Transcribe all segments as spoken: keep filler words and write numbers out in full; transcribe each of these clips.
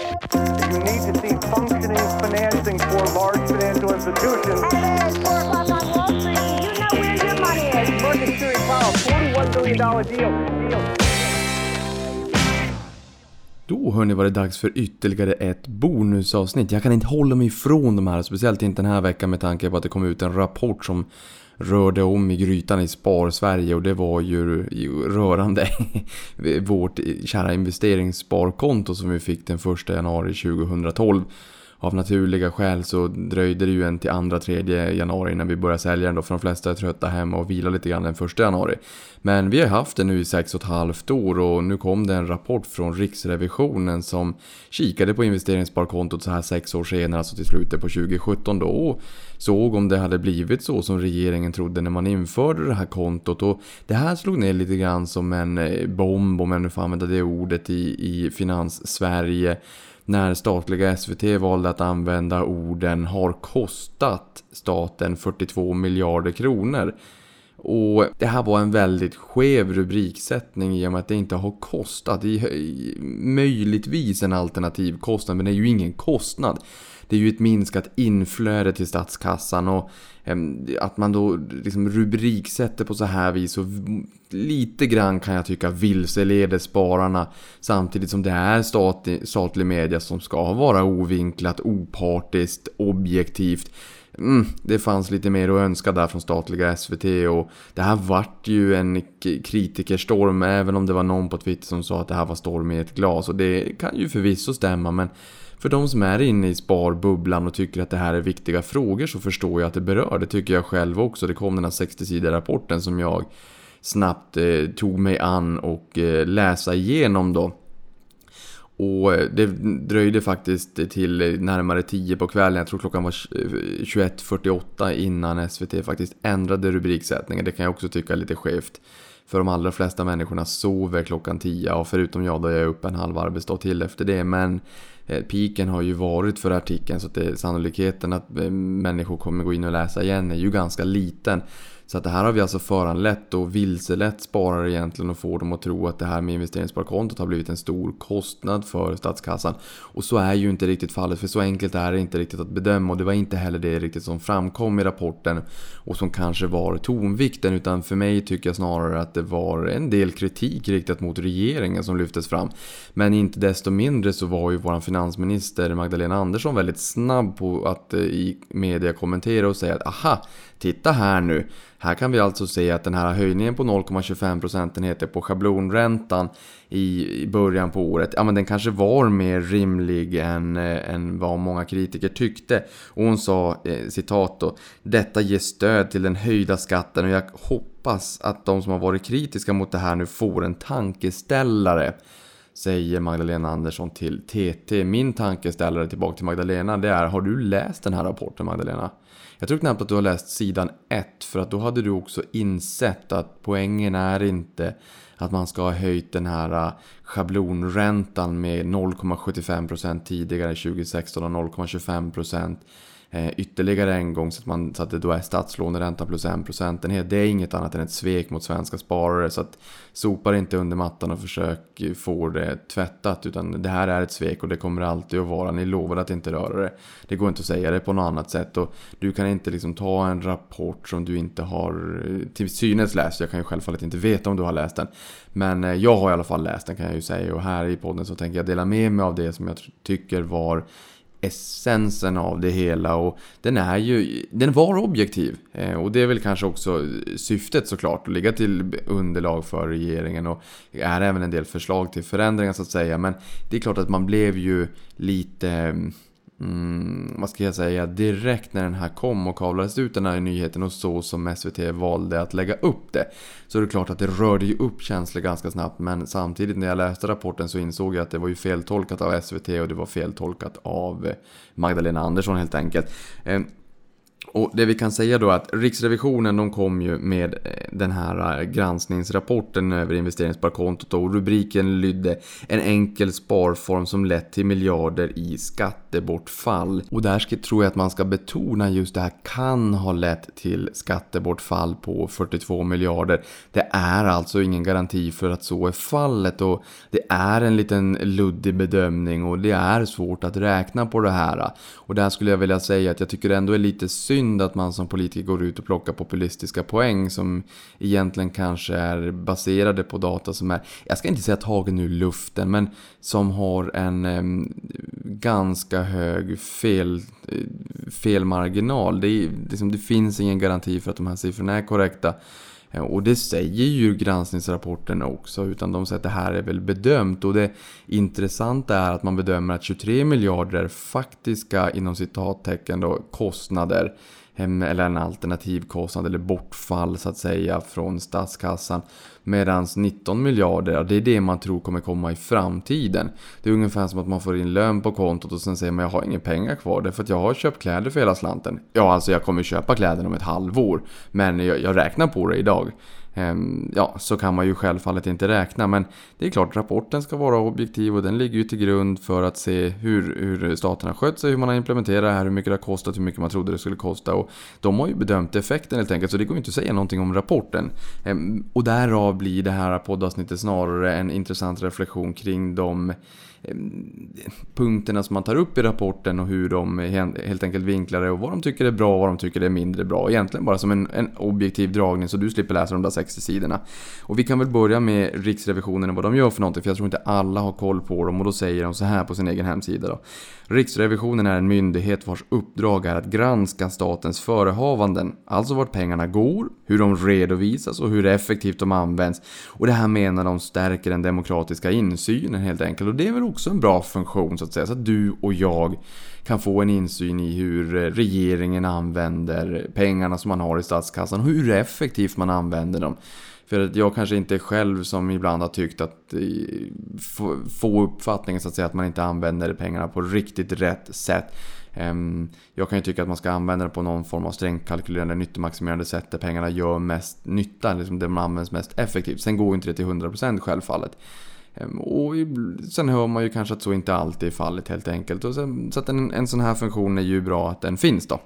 You need to see functioning financing for large financial institutions. Hello, it's four o'clock on Wall Street. You know where your money is. Market Security Powell, forty-one billion dollars deal. deal. Då hörni var det dags för ytterligare ett bonusavsnitt. Jag kan inte hålla mig ifrån de här, speciellt inte den här veckan med tanke på att det kom ut en rapport som rörde om i grytan i Spar Sverige, och det var ju rörande vårt kära investeringssparkonto som vi fick den första januari tjugohundratolv. Av naturliga skäl så dröjde det ju en till andra tredje januari när vi började sälja den då, för de flesta är trötta hem och vila lite grann den första januari. Men vi har haft den nu i sex och ett halvt år, och nu kom det en rapport från Riksrevisionen som kikade på investeringssparkontot så här sex år senare, alltså till slutet på tjugosjutton då, och såg om det hade blivit så som regeringen trodde när man införde det här kontot. Och det här slog ner lite grann som en bomb, om jag nu får använda det ordet, i, i Finans-Sverige. När statliga S V T valde att använda orden "har kostat staten fyrtiotvå miljarder kronor". Och det här var en väldigt skev rubriksättning i och med att det inte har kostat. Det är möjligtvis en alternativ kostnad, men det är ju ingen kostnad. Det är ju ett minskat inflöde till statskassan, och eh, att man då liksom rubriksätter på så här vis, och lite grann kan jag tycka vilseleder spararna, samtidigt som det är statlig, statlig media som ska vara ovinklat, opartiskt, objektivt. Mm, det fanns lite mer att önska där från statliga S V T, och det här vart ju en kritikerstorm, även om det var någon på Twitter som sa att det här var storm i ett glas, och det kan ju förvisso stämma, men för de som är inne i sparbubblan och tycker att det här är viktiga frågor så förstår jag att det berör. Det tycker jag själv också. Det kom den här sextio-sidiga rapporten som jag snabbt eh, tog mig an och eh, läsa igenom då. Och det dröjde faktiskt till närmare tio på kvällen. Jag tror klockan var tjugoett fyrtioåtta innan S V T faktiskt ändrade rubriksättningen. Det kan jag också tycka är lite skevt. För de allra flesta människorna sover klockan tio. Och förutom jag då är jag upp en halv arbetsdag till efter det. Men eh, piken har ju varit för artikeln. Så att det, sannolikheten att eh, människor kommer gå in och läsa igen är ju ganska liten. Så att det här har vi alltså föranlett och vilselett sparare egentligen, och får dem att tro att det här med investeringssparkontot har blivit en stor kostnad för statskassan. Och så är ju inte riktigt fallet, för så enkelt är det inte riktigt att bedöma, och det var inte heller det riktigt som framkom i rapporten och som kanske var tonvikten, utan för mig tycker jag snarare att det var en del kritik riktat mot regeringen som lyftes fram. Men inte desto mindre så var ju vår finansminister Magdalena Andersson väldigt snabb på att i media kommentera och säga att aha, titta här nu. Här kan vi alltså se att den här höjningen på noll komma tjugofem procentenheter på schablonräntan i början på året, ja men den kanske var mer rimlig än, än vad många kritiker tyckte. Och hon sa, eh, citat då, detta ger stöd till den höjda skatten, och jag hoppas att de som har varit kritiska mot det här nu får en tankeställare, säger Magdalena Andersson till T T. Min tankeställare tillbaka till Magdalena, det är: har du läst den här rapporten, Magdalena? Jag tror knappt att du har läst sidan ett, för att då hade du också insett att poängen är inte att man ska ha höjt den här schablonräntan med noll komma sjuttiofem procent tidigare tjugohundrasexton och noll komma tjugofem procent eh, ytterligare en gång, så att, man, så att det då är statslåneränta plus en procentenhet. Det är inget annat än ett svek mot svenska sparare, så att sopar inte under mattan och försök få det tvättat, utan det här är ett svek och det kommer alltid att vara. Ni lovar att inte röra det. Det går inte att säga det på något annat sätt, och du kan inte liksom ta en rapport som du inte har till synes läst. Jag kan ju självfallet inte veta om du har läst den, men jag har i alla fall läst den, kan jag ju säga, och här i podden så tänker jag dela med mig av det som jag tycker var essensen av det hela, och den är ju den var objektiv, eh, och det är väl kanske också syftet såklart, att ligga till underlag för regeringen, och är även en del förslag till förändringar så att säga. Men det är klart att man blev ju lite Mm, vad ska jag säga, direkt när den här kom och kavlades ut, den här nyheten, och så som S V T valde att lägga upp det, så är det klart att det rörde ju upp känslor ganska snabbt. Men samtidigt när jag läste rapporten så insåg jag att det var ju feltolkat av S V T, och det var feltolkat av Magdalena Andersson helt enkelt. Och det vi kan säga då är att Riksrevisionen, de kom ju med den här granskningsrapporten över investeringssparkontot och rubriken lydde en enkel sparform som lett till miljarder i skattebortfall. Och där ska, tror jag att man ska betona just det här kan ha lett till skattebortfall på fyrtiotvå miljarder. Det är alltså ingen garanti för att så är fallet och det är en liten luddig bedömning och det är svårt att räkna på det här. Och där skulle jag vilja säga att jag tycker det ändå är lite synd att man som politiker går ut och plockar populistiska poäng som egentligen kanske är baserade på data som är, jag ska inte säga tagen ur luften, men som har en eh, ganska hög fel, eh, felmarginal. Det, är, liksom, det finns ingen garanti för att de här siffrorna är korrekta. Och det säger ju granskningsrapporten också, utan de säger att det här är väl bedömt. Och det intressanta är att man bedömer att tjugotre miljarder faktiska inom citattecken då, kostnader eller en alternativ kostnad eller bortfall så att säga från statskassan, medan nitton miljarder, det är det man tror kommer komma i framtiden. Det är ungefär som att man får in lön på kontot och sen säger man jag har inga pengar kvar därför att jag har köpt kläder för hela slanten. Ja, alltså jag kommer köpa kläder om ett halvår, men jag, jag räknar på det idag. Ja, så kan man ju självfallet inte räkna, men det är klart rapporten ska vara objektiv och den ligger ju till grund för att se hur, hur staten har skött sig, hur man har implementerat det här, hur mycket det har kostat, hur mycket man trodde det skulle kosta, och de har ju bedömt effekten helt enkelt, så det går ju inte att säga någonting om rapporten. Och därav blir det här poddavsnittet snarare en intressant reflektion kring de punkterna som man tar upp i rapporten och hur de helt enkelt vinklar det och vad de tycker är bra och vad de tycker är mindre bra. Egentligen bara som en, en objektiv dragning så du slipper läsa de där sextio sidorna. Och vi kan väl börja med Riksrevisionen och vad de gör för någonting, för jag tror inte alla har koll på dem, och då säger de så här på sin egen hemsida då. Riksrevisionen är en myndighet vars uppdrag är att granska statens förehavanden, alltså vart pengarna går, hur de redovisas och hur effektivt de används. Och det här menar de stärker den demokratiska insynen helt enkelt, och det är väl också en bra funktion så att säga, så att du och jag kan få en insyn i hur regeringen använder pengarna som man har i statskassan och hur effektivt man använder dem. För att jag kanske inte själv som ibland har tyckt att få uppfattningen så att säga att man inte använder pengarna på riktigt rätt sätt. Jag kan ju tycka att man ska använda det på någon form av strängt kalkylerande, nyttomaximerande sätt där pengarna gör mest nytta, liksom där man används mest effektivt. Sen går inte det till hundra procent självfallet. Och sen hör man ju kanske att så inte alltid är fallet helt enkelt. Och sen, så att en, en sån här funktion är ju bra att den finns då.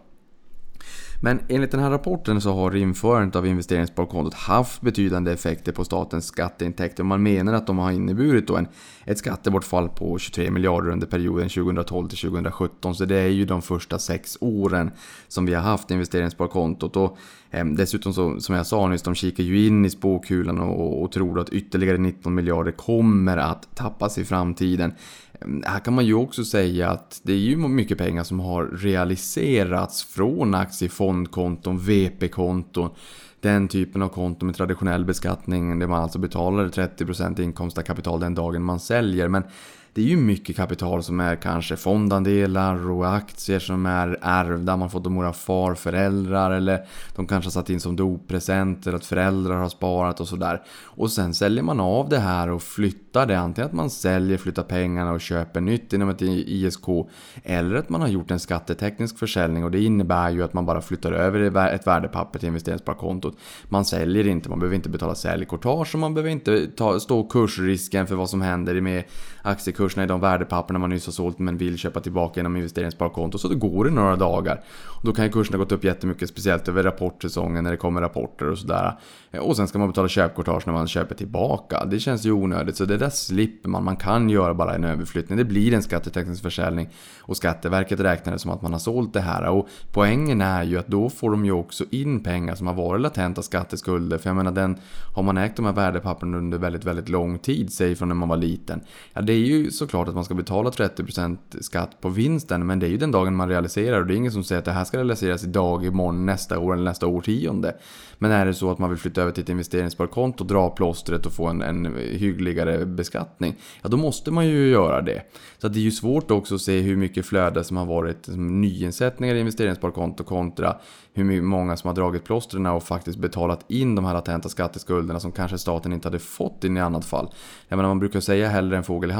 Men enligt den här rapporten så har införandet av investeringssparkontot haft betydande effekter på statens skatteintäkter. Man menar att de har inneburit då en, ett skattebortfall på tjugotre miljarder under perioden tjugotolv till tjugosjutton. Så det är ju de första sex åren som vi har haft investeringssparkontot. Och eh, dessutom så, som jag sa nyss, de kikar ju in i spåkulan och, och tror att ytterligare nitton miljarder kommer att tappas i framtiden. Här kan man ju också säga att det är ju mycket pengar som har realiserats från aktiefondkonton, V P-konton, den typen av konton med traditionell beskattning där man alltså betalar trettio procent inkomst av kapital den dagen man säljer. Men det är ju mycket kapital som är kanske fondandelar och aktier som är ärvda. Man fått dem av far, föräldrar, eller de kanske har satt in som doppresent eller att föräldrar har sparat och sådär. Och sen säljer man av det här och flyttar det. Antingen att man säljer, flyttar pengarna och köper nytt inom ett I S K, eller att man har gjort en skatteteknisk försäljning, och det innebär ju att man bara flyttar över ett värdepapper till investeringssparkontot. Man säljer inte, man behöver inte betala säljkortage och man behöver inte ta, stå kursrisken för vad som händer med aktiekurserna i de värdepapperna man nyss har sålt men vill köpa tillbaka genom investeringssparkonto. Så då går det några dagar. Och då kan ju kurserna gått upp jättemycket, speciellt över rapportsäsongen när det kommer rapporter och sådär. Och sen ska man betala köpkortage när man köper tillbaka. Det känns ju onödigt, så det där slipper man. Man kan göra bara en överflyttning. Det blir en skatteteknisk försäljning och Skatteverket räknar det som att man har sålt det här. Och poängen är ju att då får de ju också in pengar som har varit latenta skatteskulder. För jag menar, den, har man ägt de här värdepapperna under väldigt, väldigt lång tid, säg från när man var liten. Ja, det är ju såklart att man ska betala trettio procent skatt på vinsten, men det är ju den dagen man realiserar, och det är ingen som säger att det här ska realiseras idag, imorgon, nästa år eller nästa årtionde. Men är det så att man vill flytta över till ett investeringssparkonto och dra plåstret och få en, en hyggligare beskattning, ja då måste man ju göra det. Så att det är ju svårt också att se hur mycket flöde som har varit som nyinsättningar i investeringssparkonto kontra hur många som har dragit plåstren och faktiskt betalat in de här latenta skatteskulderna som kanske staten inte hade fått in i annat fall. Jag menar, man brukar säga hellre en fågel i handen än tio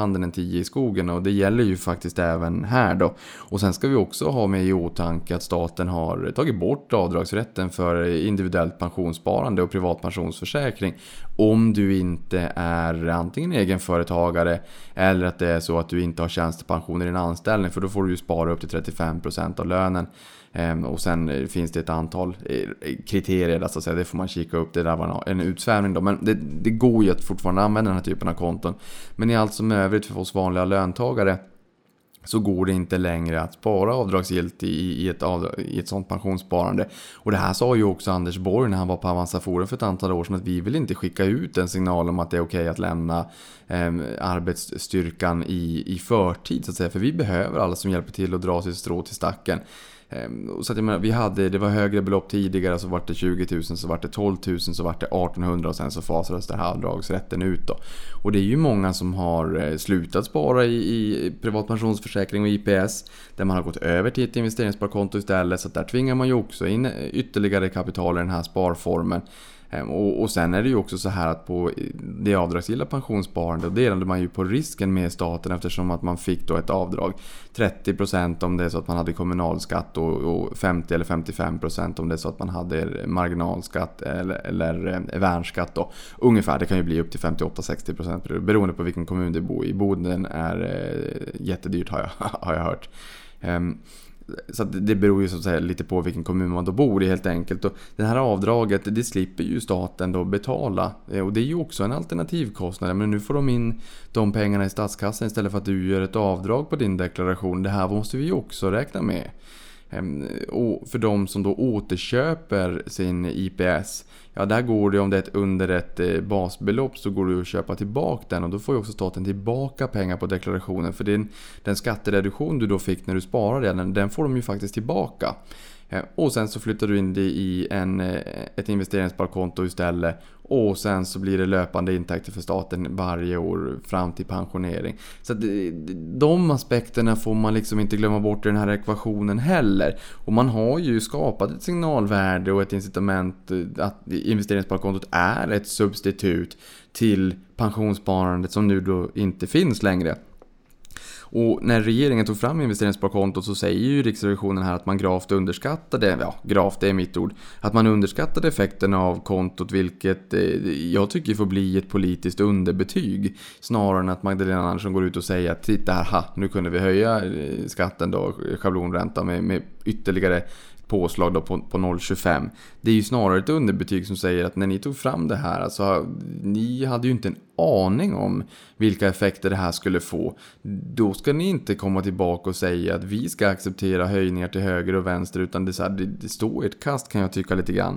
tio i skogen, och det gäller ju faktiskt även här då. Och sen ska vi också ha med i åtanke att staten har tagit bort avdragsrätten för individuellt pensionssparande och privat pensionsförsäkring om du inte är antingen egenföretagare eller att det är så att du inte har tjänstepension i din anställning, för då får du ju spara upp till trettiofem procent av lönen. Och sen finns det ett antal kriterier där, så att säga. Det får man kika upp. Det där var en utsvävning då. Men det, det går ju att fortfarande använda den här typen av konton. Men i allt som övrigt för oss vanliga löntagare så går det inte längre att spara avdragsgillt i, i, ett, av, i ett sånt pensionssparande. Och det här sa ju också Anders Borg när han var på Avanza Forum för ett antal år sedan, att vi vill inte skicka ut en signal om att det är okej att lämna eh, arbetsstyrkan i, i förtid, så att säga. För vi behöver alla som hjälper till att dra sitt strå till stacken. Så att jag menar, vi hade, det var högre belopp tidigare, så var det tjugo tusen, så var det tolv tusen, så var det artonhundra och sen så fasades det här avdragsrätten ut då. Och det är ju många som har slutat spara i, i privat pensionsförsäkring och I P S, där man har gått över till ett investeringssparkonto istället, så att där tvingar man ju också in ytterligare kapital i den här sparformen. Och, och sen är det ju också så här att på det avdragsgilla pensionssparande delade man ju på risken med staten, eftersom att man fick då ett avdrag trettio procent om det är så att man hade kommunalskatt och, och femtio eller femtiofem procent om det är så att man hade marginalskatt eller, eller värnskatt då. Ungefär, det kan ju bli upp till femtioåtta till sextio procent beroende på vilken kommun det bor i. Boden är eh, jättedyrt har jag, har jag hört. Um, Så att det beror ju så att säga lite på vilken kommun man då bor i helt enkelt. Och det här avdraget, det slipper ju staten då betala. Och det är ju också en alternativkostnad. Men nu får de in de pengarna i statskassan istället för att du gör ett avdrag på din deklaration. Det här måste vi ju också räkna med. Och för de som då återköper sin I P S, ja, där går det, om det är ett under ett basbelopp, så går det att köpa tillbaka den, och då får ju också staten tillbaka pengar på deklarationen, för den, den skattereduktion du då fick när du sparade den, den får de ju faktiskt tillbaka. Och sen så flyttar du in det i en, ett investeringssparkonto istället, och sen så blir det löpande intäkter för staten varje år fram till pensionering. Så att de aspekterna får man liksom inte glömma bort i den här ekvationen heller. Och man har ju skapat ett signalvärde och ett incitament att investeringssparkontot är ett substitut till pensionssparandet som nu då inte finns längre. Och när regeringen tog fram investeringssparkontot så säger ju Riksrevisionen här att man gravt underskattade, ja, gravt är mitt ord, att man underskattade effekterna av kontot, vilket eh, jag tycker får bli ett politiskt underbetyg, snarare än att Magdalena Andersson går ut och säger att titta här, ha, nu kunde vi höja skatten då, schablonränta med, med ytterligare påslag då på, på noll komma tjugofem. Det är ju snarare ett underbetyg som säger att när ni tog fram det här, alltså, ni hade ju inte en aning om vilka effekter det här skulle få. Då ska ni inte komma tillbaka och säga att vi ska acceptera höjningar till höger och vänster, utan det, så här, det, det står ett kast, kan jag tycka lite grann.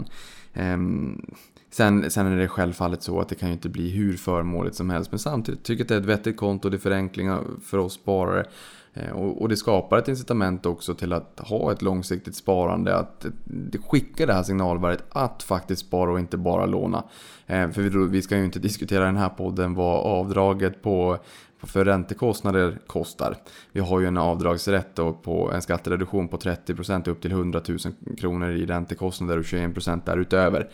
Um, sen, sen är det självfallet så att det kan ju inte bli hur förmåligt som helst, men samtidigt tycker jag att det är ett vettigt konto, det är förenklingar för oss sparare. Och det skapar ett incitament också till att ha ett långsiktigt sparande, att det skickar det här signalvärdet att faktiskt spara och inte bara låna. För vi ska ju inte diskutera den här podden vad avdraget på för räntekostnader kostar. Vi har ju en avdragsrätt då på en skattereduktion på trettio procent upp till hundra tusen kronor i räntekostnader och tjugoen procent därutöver.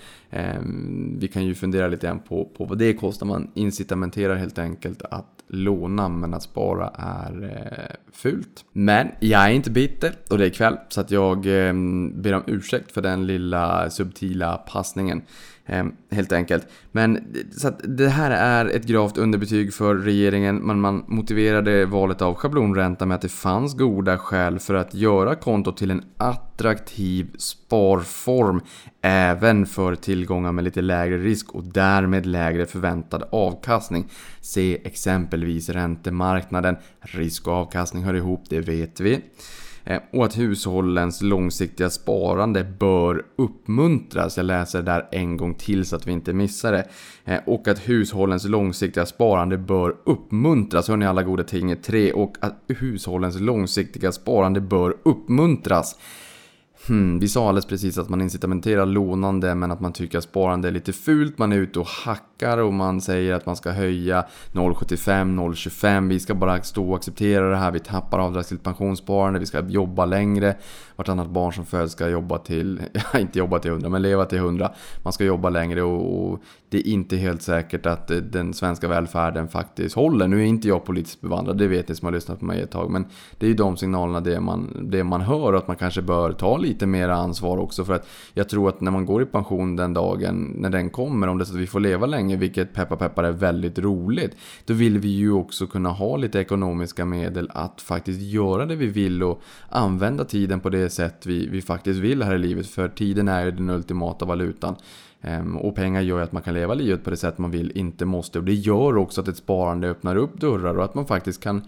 Vi kan ju fundera lite grann på, på vad det kostar. Man incitamenterar helt enkelt att låna, men att spara är eh, fult. Men jag är inte bitter och det är kväll, så att jag eh, ber om ursäkt för den lilla subtila passningen. Eh, helt enkelt. Men så att det här är ett gravt underbetyg för regeringen. Men man motiverade valet av schablonränta med att det fanns goda skäl för att göra kontot till en attraktiv sparform även för tillgångar med lite lägre risk och därmed lägre förväntad avkastning. Se exempelvis räntemarknaden. Risk och avkastning hör ihop, det vet vi. Och att hushållens långsiktiga sparande bör uppmuntras. Jag läser det där en gång till så att vi inte missar det. Och att hushållens långsiktiga sparande bör uppmuntras. Hör ni alla goda ting? Tre. Och att hushållens långsiktiga sparande bör uppmuntras. Hmm, vi sa alldeles precis att man incitamenterar lånande, men att man tycker att sparande är lite fult. Man är ute och hackar snackar och man säger att man ska höja noll komma sjuttiofem, noll komma tjugofem. Vi ska bara stå och acceptera det här. Vi tappar avdrag till pensionssparande. Vi ska jobba längre. Vartannat barn som föds ska jobba till, ja, inte jobba till hundra, men leva till hundra. Man ska jobba längre och, och det är inte helt säkert att den svenska välfärden faktiskt håller. Nu är inte jag politiskt bevandrad, det vet ni som har lyssnat på mig ett tag. Men det är ju de signalerna det man, det man hör, och att man kanske bör ta lite mer ansvar också. För att jag tror att när man går i pension den dagen, när den kommer, om det är så att vi får leva länge, vilket peppar peppar är väldigt roligt, då vill vi ju också kunna ha lite ekonomiska medel att faktiskt göra det vi vill och använda tiden på det sätt vi, vi faktiskt vill här i livet. För tiden är ju den ultimata valutan. Um, och pengar gör ju att man kan leva livet på det sätt man vill, inte måste. Och det gör också att ett sparande öppnar upp dörrar och att man faktiskt kan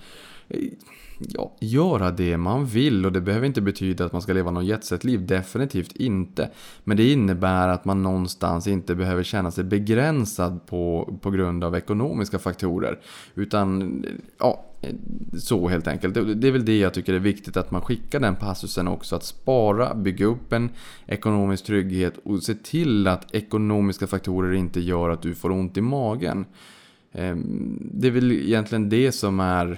ja, göra det man vill. Och det behöver inte betyda att man ska leva någon jetset-liv, definitivt inte. Men det innebär att man någonstans inte behöver känna sig begränsad på, på grund av ekonomiska faktorer. Utan ja, så helt enkelt. Det är väl det jag tycker är viktigt, att man skickar den passusen också, att spara, bygga upp en ekonomisk trygghet och se till att ekonomiska faktorer inte gör att du får ont i magen. Det är väl egentligen det som är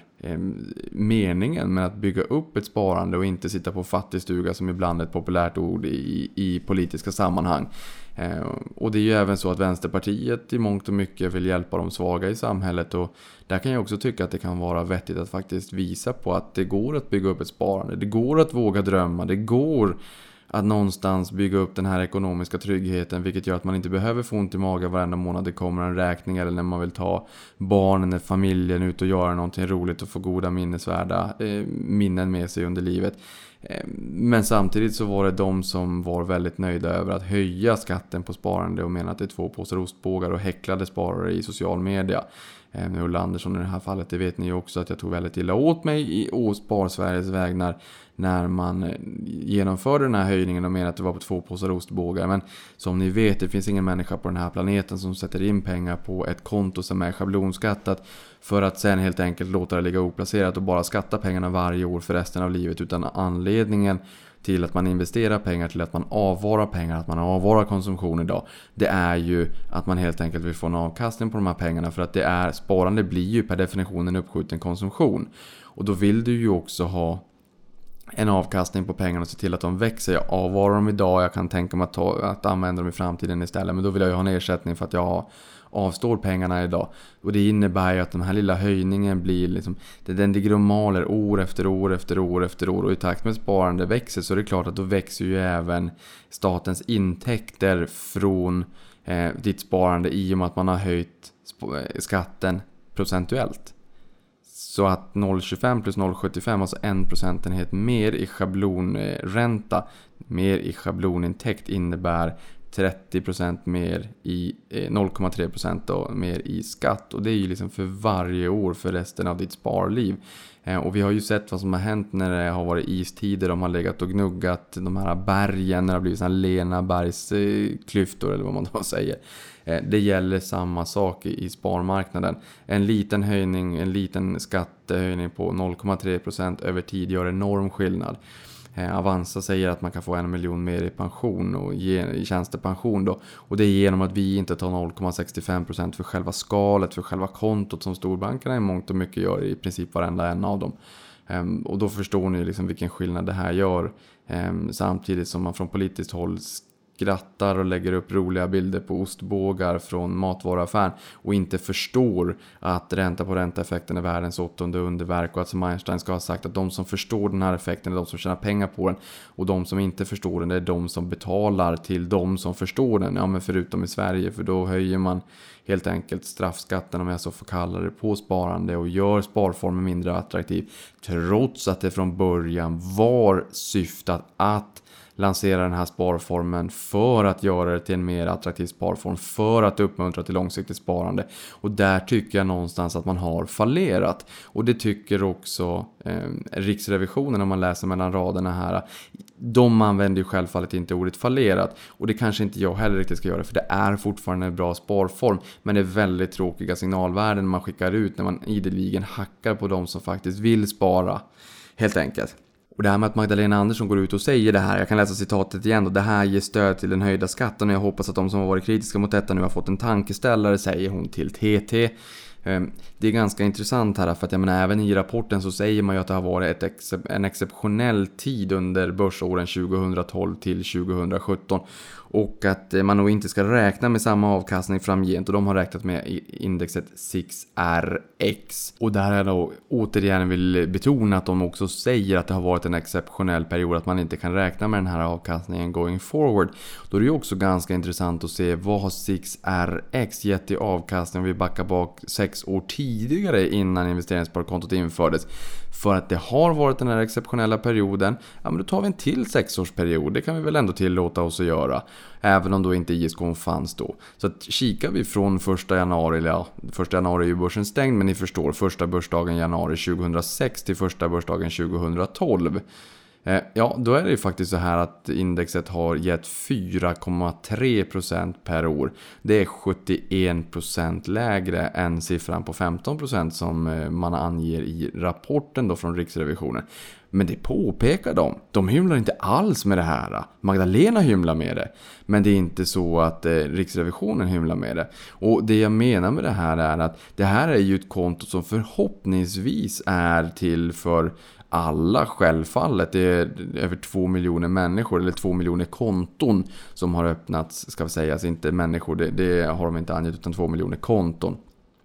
meningen med att bygga upp ett sparande och inte sitta på fattigstuga, som ibland är ett populärt ord i, i politiska sammanhang. Och det är ju även så att Vänsterpartiet i mångt och mycket vill hjälpa de svaga i samhället, och där kan jag också tycka att det kan vara vettigt att faktiskt visa på att det går att bygga upp ett sparande, det går att våga drömma, det går att någonstans bygga upp den här ekonomiska tryggheten, vilket gör att man inte behöver få ont i magen varenda månad det kommer en räkning, eller när man vill ta barnen eller familjen ut och göra någonting roligt och få goda minnesvärda eh, minnen med sig under livet. Eh, men samtidigt så var det de som var väldigt nöjda över att höja skatten på sparande och menar att det är två påsar ostbågar och häcklade sparare i social media. Eh, Ulla Andersson i det här fallet, det vet ni ju också att jag tog väldigt illa åt mig i Å Spar Sveriges vägnar när man genomförde den här höjningen och menade att det var på två påsar ostbågar. Men som ni vet, det finns ingen människa på den här planeten som sätter in pengar på ett konto som är schablonskattat för att sen helt enkelt låta det ligga oplacerat och bara skatta pengarna varje år för resten av livet. Utan anledningen till att man investerar pengar, till att man avvarar pengar, att man avvarar konsumtion idag, det är ju att man helt enkelt vill få en avkastning på de här pengarna. För att det är, sparande blir ju per definition en uppskjuten konsumtion. Och då vill du ju också ha en avkastning på pengarna och se till att de växer. Jag avvarar dem idag, jag kan tänka mig att, ta, att använda dem i framtiden istället. Men då vill jag ju ha en ersättning för att jag avstår pengarna idag. Och det innebär ju att den här lilla höjningen blir liksom, det, den ligger och maler år efter år efter år efter år. Och i takt med sparande växer, så är det klart att då växer ju även statens intäkter från eh, ditt sparande, i och med att man har höjt sp- skatten procentuellt. Så att noll komma tjugofem plus noll komma sjuttiofem, alltså en procentenhet mer i schablonränta, mer i schablonintäkt, innebär trettio procent mer i noll komma tre procent då, mer i skatt. Och det är ju liksom för varje år för resten av ditt sparliv. Och vi har ju sett vad som har hänt när det har varit istider. De har legat och gnuggat de här bergen, när det har blivit såna lena bergsklyftor eller vad man då säger. Det gäller samma sak i sparmarknaden. En liten höjning, en liten skattehöjning på noll komma tre procent över tid gör enorm skillnad. Avanza säger att man kan få en miljon mer i pension och ge, i tjänstepension då. Och det är genom att vi inte tar noll komma sextiofem procent för själva skalet, för själva kontot, som storbankerna i mångt och mycket gör i princip varenda en av dem. Um, och då förstår ni liksom vilken skillnad det här gör. Um, samtidigt som man från politiskt håll skrattar och lägger upp roliga bilder på ostbågar från matvaruaffären och inte förstår att ränta på ränta-effekten är världens åttonde underverk, och att som Einstein ska ha sagt att de som förstår den här effekten är de som tjänar pengar på den, och de som inte förstår den är de som betalar till de som förstår den. Ja, men förutom i Sverige, för då höjer man helt enkelt straffskatten, om jag så får kalla det, på sparande och gör sparformen mindre attraktiv, trots att det från början var syftat att lansera den här sparformen för att göra det till en mer attraktiv sparform, för att uppmuntra till långsiktigt sparande. Och där tycker jag någonstans att man har fallerat. Och det tycker också eh, Riksrevisionen, om man läser mellan raderna här. De använder ju självfallet inte ordet fallerat, och det kanske inte jag heller riktigt ska göra, för det är fortfarande en bra sparform, men det är väldigt tråkiga signalvärden man skickar ut när man ideligen hackar på de som faktiskt vill spara, helt enkelt. Och det här med att Magdalena Andersson går ut och säger det här, jag kan läsa citatet igen då, det här ger stöd till den höjda skatten och jag hoppas att de som har varit kritiska mot detta nu har fått en tankeställare, säger hon till T T. Det är ganska intressant här för att jag menar, även i rapporten så säger man ju att det har varit ett ex- en exceptionell tid under börsåren tjugohundratolv till tjugohundrasjutton och att man nog inte ska räkna med samma avkastning framgent och de har räknat med indexet sex R X. Och där är då återigen vill betona att de också säger att det har varit en exceptionell period, att man inte kan räkna med den här avkastningen going forward. Då är det ju också ganska intressant att se vad har sex R X gett i avkastning om vi backar bak sex år tidigare innan investeringssparkontot infördes. För att det har varit den här exceptionella perioden, ja men då tar vi en till sexårsperiod, det kan vi väl ändå tillåta oss att göra. Även om då inte I S K fanns då. Så att kikar vi från första januari, eller ja, första januari är ju börsen stängd, men ni förstår, första börsdagen januari tjugohundrasex till första börsdagen tjugohundratolv. Ja, då är det ju faktiskt så här att indexet har gett fyra komma tre procent per år. Det är sjuttioen procent lägre än siffran på femton procent som man anger i rapporten då från Riksrevisionen. Men det påpekar de. De hymlar inte alls med det här. Magdalena hymlar med det. Men det är inte så att eh, Riksrevisionen hymlar med det. Och det jag menar med det här är att det här är ju ett konto som förhoppningsvis är till för alla, självfallet. Det är över två miljoner människor eller två miljoner konton som har öppnats, ska vi säga, alltså inte människor, det, det har de inte angett, utan två miljoner konton.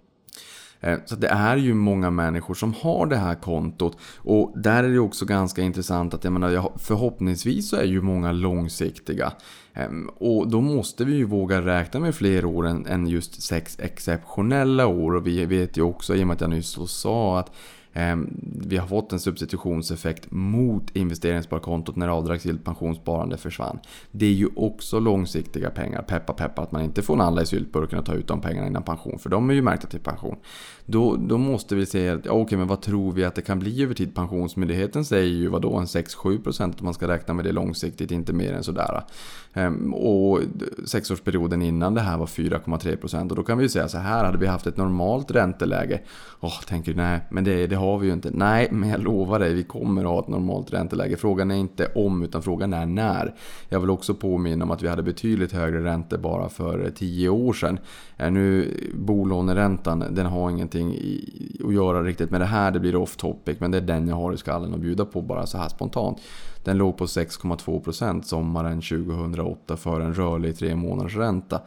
Så det är ju många människor som har det här kontot, och där är det också ganska intressant att jag menar, förhoppningsvis så är ju många långsiktiga, och då måste vi ju våga räkna med fler år än just sex exceptionella år. Och vi vet ju också, i och med att jag nyss så sa att vi har fått en substitutionseffekt mot investeringssparkontot när avdragsgillt pensionssparande försvann. Det är ju också långsiktiga pengar. Peppa peppa att man inte får alla i syltburken att ta ut de pengarna innan pension, för de är ju märkta till pension. Då, då måste vi se, ja, okej, okay, men vad tror vi att det kan bli över tid? Pensionsmyndigheten säger ju vadå, en sex till sju procent om man ska räkna med det långsiktigt, inte mer än sådär. Um, och sexårsperioden innan det här var fyra komma tre procent, och då kan vi ju säga så här, hade vi haft ett normalt ränteläge, åh, oh, tänker du, nej, men det, det har vi ju inte. Nej, men jag lovar dig, vi kommer att ha ett normalt ränteläge. Frågan är inte om, utan frågan är när. Jag vill också påminna om att vi hade betydligt högre räntor bara för tio år sedan. Nu, bolåneräntan, den har ingenting i, att göra riktigt med det här. Det blir off topic, men det är den jag har i skallen att bjuda på bara så här spontant. Den låg på sex komma två procent sommaren tjugohundraåtta för en rörlig tre månaders ränta.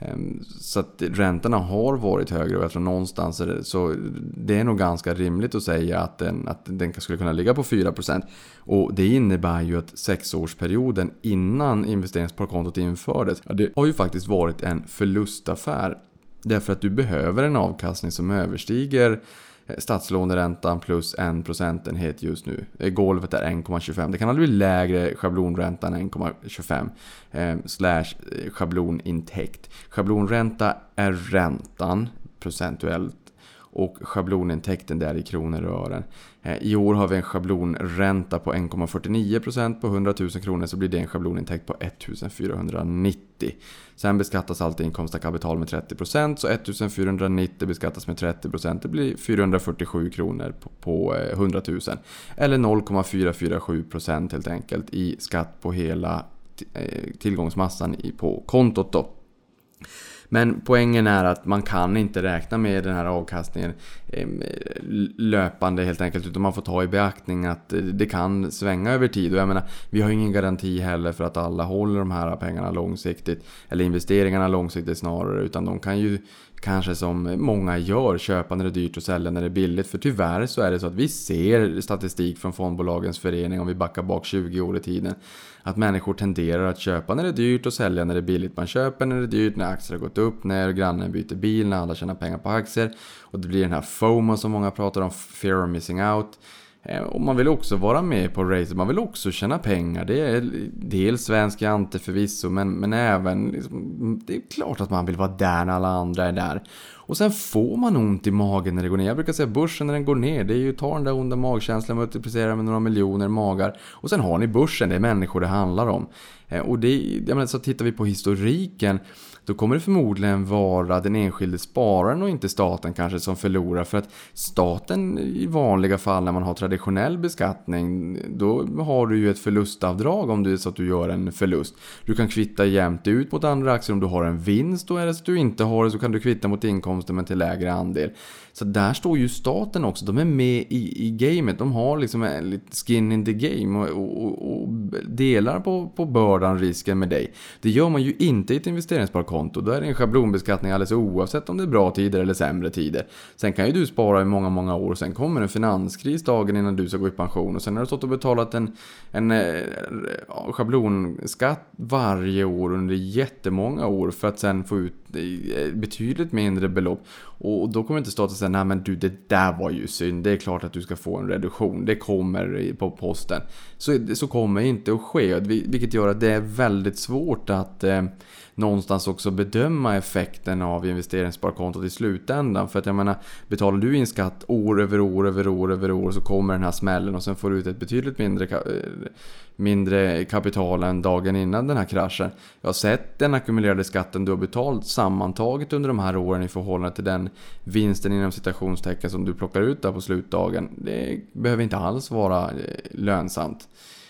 Så att räntorna har varit högre, och jag tror någonstans är det, så det är nog ganska rimligt att säga att den, att den skulle kunna ligga på fyra procent. Och det innebär ju att sexårsperioden innan investeringssparkontot infördes, ja, det har ju faktiskt varit en förlustaffär. Därför att du behöver en avkastning som överstiger statslåneräntan plus en procentenhet just nu. Golvet är en komma tjugofem. Det kan aldrig bli lägre schablonräntan än en komma tjugofem eh, slash schablonintäkt. Schablonränta är räntan procentuellt, och schablonintäkten där i kronor och ören. I år har vi en schablonränta på en komma fyrtionio procent på hundra tusen kronor, så blir det en schablonintäkt på ettusendfyrahundranittio. Sen beskattas alltid inkomst av kapital med trettio procent, så ettusendfyrahundranittio beskattas med trettio procent. Det blir fyrahundrafyrtiosju kronor på, på hundra tusen. Eller noll komma fyrahundrafyrtiosju procent helt enkelt i skatt på hela tillgångsmassan på kontot då. Men poängen är att man kan inte räkna med den här avkastningen löpande helt enkelt, utan man får ta i beaktning att det kan svänga över tid. Och jag menar, vi har ingen garanti heller för att alla håller de här pengarna långsiktigt, eller investeringarna långsiktigt snarare, utan de kan ju kanske, som många gör, köpa när det är dyrt och sälja när det är billigt. För tyvärr så är det så att vi ser statistik från fondbolagens förening, om vi backar bak tjugo år i tiden, att människor tenderar att köpa när det är dyrt och sälja när det är billigt. Man köper när det är dyrt, när aktier har gått upp, när grannen byter bil, när alla tjänar pengar på aktier. Och det blir den här FOMO som många pratar om, fear of missing out. Och man vill också vara med på race, man vill också tjäna pengar. Det är dels svensk jante förvisso, men, men även liksom, det är klart att man vill vara där när alla andra är där. Och sen får man ont i magen när det går ner. Jag brukar säga börsen när den går ner, det är ju ta den där onda magkänslan, multiplicera med några miljoner magar. Och sen har ni börsen, det är människor det handlar om. Och det, jag menar, så tittar vi på historiken, då kommer det förmodligen vara den enskilde spararen och inte staten kanske som förlorar. För att staten i vanliga fall när man har traditionell beskattning, då har du ju ett förlustavdrag om det är så att du gör en förlust. Du kan kvitta jämnt ut mot andra aktier om du har en vinst, och är det så att du inte har det så kan du kvitta mot inkomsten men till lägre andel. Så där står ju staten också, de är med i, i gamet, de har liksom en lite skin in the game och, och, och delar på, på bördan, risken med dig. Det gör man ju inte i ett investeringssparkonto, då är det en schablonbeskattning alldeles oavsett om det är bra tider eller sämre tider. Sen kan ju du spara i många, många år, sen kommer en finanskris dagen innan du ska gå i pension, och sen har du stått och betalat en, en eh, schablonskatt varje år under jättemånga år för att sen få ut betydligt mindre belopp. Och då kommer inte staten säga, nej men du, det där var ju synd, det är klart att du ska få en reduktion, det kommer på posten. Så, så kommer inte att ske, vilket gör att det är väldigt svårt att eh, någonstans också bedöma effekten av investeringssparkontot i slutändan. För att jag menar, betalar du in skatt år över år över år över år, så kommer den här smällen och sen får du ut ett betydligt mindre, mindre kapital än dagen innan den här kraschen. Jag har sett den ackumulerade skatten du har betalt sammantaget under de här åren i förhållande till den vinsten inom citationstecken som du plockar ut där på slutdagen. Det behöver inte alls vara lönsamt.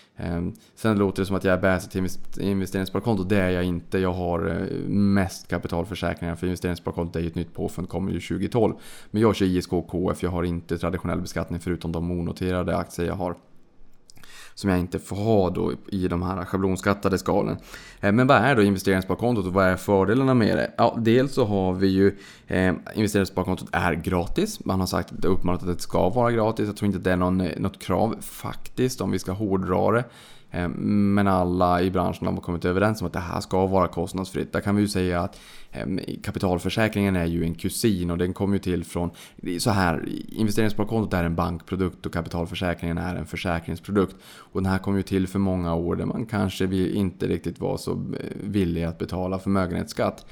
Sen låter det som att jag är bäst till investeringssparkonto. Det är jag inte. Jag har mest kapitalförsäkringar, för investeringssparkonto det är ju ett nytt påfund, kommer ju tjugo tolv. Men jag kör I S K K F, jag har inte traditionell beskattning förutom de onoterade aktier jag har, som jag inte får ha då i de här schablonskattade skalen. Men vad är då investeringssparkontot och vad är fördelarna med det? Ja, dels så har vi ju eh, investeringssparkontot är gratis. Man har sagt, det uppmanat att det ska vara gratis. Jag tror inte att det är någon, något krav faktiskt om vi ska hårdra det. Men alla i branschen har kommit överens om att det här ska vara kostnadsfritt. Där kan vi ju säga att kapitalförsäkringen är ju en kusin, och den kommer ju till från så här, investeringssparkontot är en bankprodukt och kapitalförsäkringen är en försäkringsprodukt. Och den här kom ju till för många år där man kanske inte riktigt var så villig att betala förmögenhetsskatt.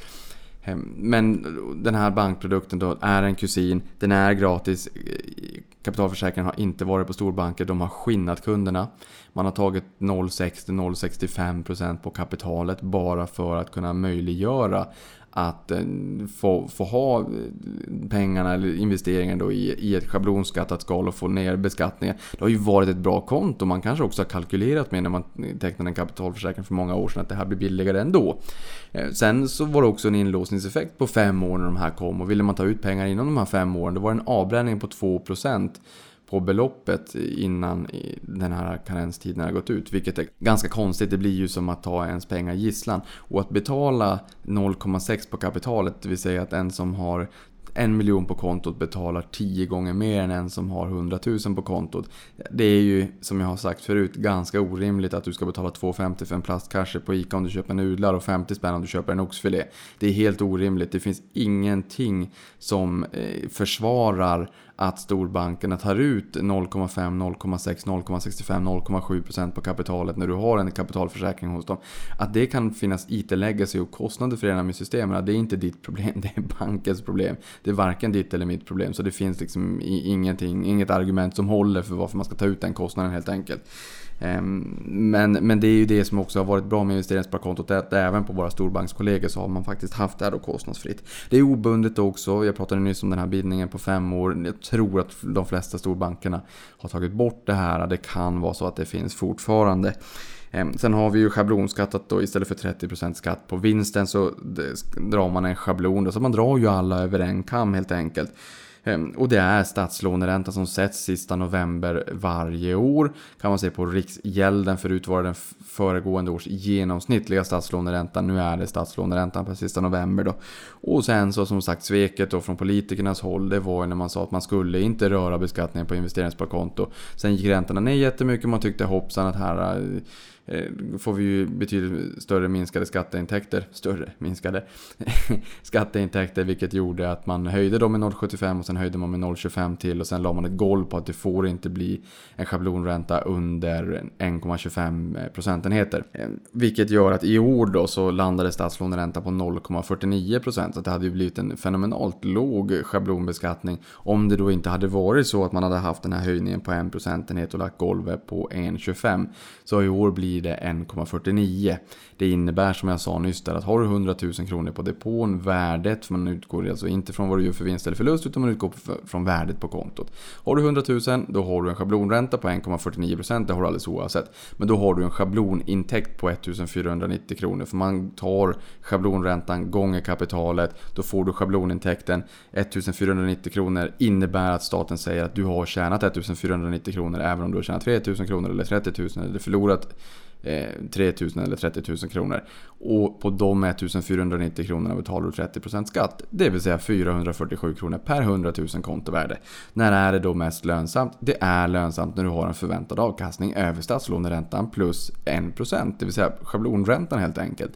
Men den här bankprodukten då är en kusin, den är gratis. Kapitalförsäkringen har inte varit på storbanker, de har skinnat kunderna. Man har tagit noll komma sextio till noll komma sextiofem procent på kapitalet bara för att kunna möjliggöra att få, få ha pengarna eller investeringen då i, i ett schablonskattat skal och få ner beskattningen. Det har ju varit ett bra konto. Man kanske också har kalkylerat med när man tecknade en kapitalförsäkring för många år sedan att det här blir billigare ändå. Sen så var det också en inlåsningseffekt på fem år när de här kom, och ville man ta ut pengar inom de här fem åren, då var det en avbränning på två procent på beloppet innan den här karenstiden har gått ut, vilket är ganska konstigt. Det blir ju som att ta ens pengar gisslan, och att betala noll komma sex på kapitalet, det vill säga att en som har en miljon på kontot betalar tio gånger mer än en som har hundratusen på kontot. Det är ju, som jag har sagt förut, ganska orimligt att du ska betala två femtio för en plastkasse på Ica om du köper nudlar och femtio spänn om du köper en oxfilé. Det är helt orimligt. Det finns ingenting som eh, försvarar att storbankerna tar ut noll komma fem, noll komma sex, noll komma sextiofem, noll komma sju procent på kapitalet när du har en kapitalförsäkring hos dem. Att det kan finnas I T-legacy och kostnader för de här systemen, det är inte ditt problem, det är bankens problem. Det är varken ditt eller mitt problem, så det finns liksom ingenting, inget argument som håller för varför man ska ta ut den kostnaden helt enkelt. Men, men det är ju det som också har varit bra med investeringssparkontot, att även på våra storbankskollegor så har man faktiskt haft det här då kostnadsfritt. Det är obundet också, jag pratade nyss om den här bindningen på fem år. Jag tror att de flesta storbankerna har tagit bort det här, det kan vara så att det finns fortfarande. Sen har vi ju schablonskattat då, istället för trettio procent skatt på vinsten så drar man en schablon då, så man drar ju alla över en kam helt enkelt. Och det är statslåneränta som sätts sista november varje år. Kan man se på Riksgälden, förut var det den föregående års genomsnittliga statslåneräntan. Nu är det statslåneräntan på sista november då. Och sen så som sagt sveket då från politikernas håll, det var när man sa att man skulle inte röra beskattningen på investeringssparkonto. Sen gick räntorna ner jättemycket, man tyckte hoppsan att här får vi ju betydligt större minskade skatteintäkter. Större minskade skatteintäkter, vilket gjorde att man höjde dem med noll komma sjuttiofem och sen höjde man med noll komma tjugofem till och sen la man ett golv på att det får inte bli en schablonränta under en komma tjugofem procentenheter. Vilket gör att i år då så landade statslåneränta på noll komma fyrtionio procent, så det hade ju blivit en fenomenalt låg schablonbeskattning om det då inte hade varit så att man hade haft den här höjningen på en procentenhet och lagt golvet på en komma tjugofem. Så i år blir det en komma fyrtionio. Det innebär, som jag sa nyss där, att har du hundra tusen kronor på depån, värdet, för man utgår alltså inte från vad du gör för vinst eller förlust utan man utgår från värdet på kontot. Har du hundra tusen, då har du en schablonränta på en komma fyrtionio procent, det har du alldeles oavsett. Men då har du en schablonintäkt på ettusenfyrahundranittio kronor, för man tar schablonräntan gånger kapitalet, då får du schablonintäkten. ettusenfyrahundranittio kronor innebär att staten säger att du har tjänat ettusenfyrahundranittio kronor även om du har tjänat tre tusen kronor eller trettio tusen eller förlorat eh, tre tusen eller trettio tusen kronor. Och på de ettusenfyrahundranittio kronorna betalar du trettio procent skatt, det vill säga fyrahundrafyrtiosju kronor per hundra tusen kontovärde. När är det då mest lönsamt? Det är lönsamt när du har en förväntad avkastning över statslåneräntan plus en procent, det vill säga schablonräntan helt enkelt.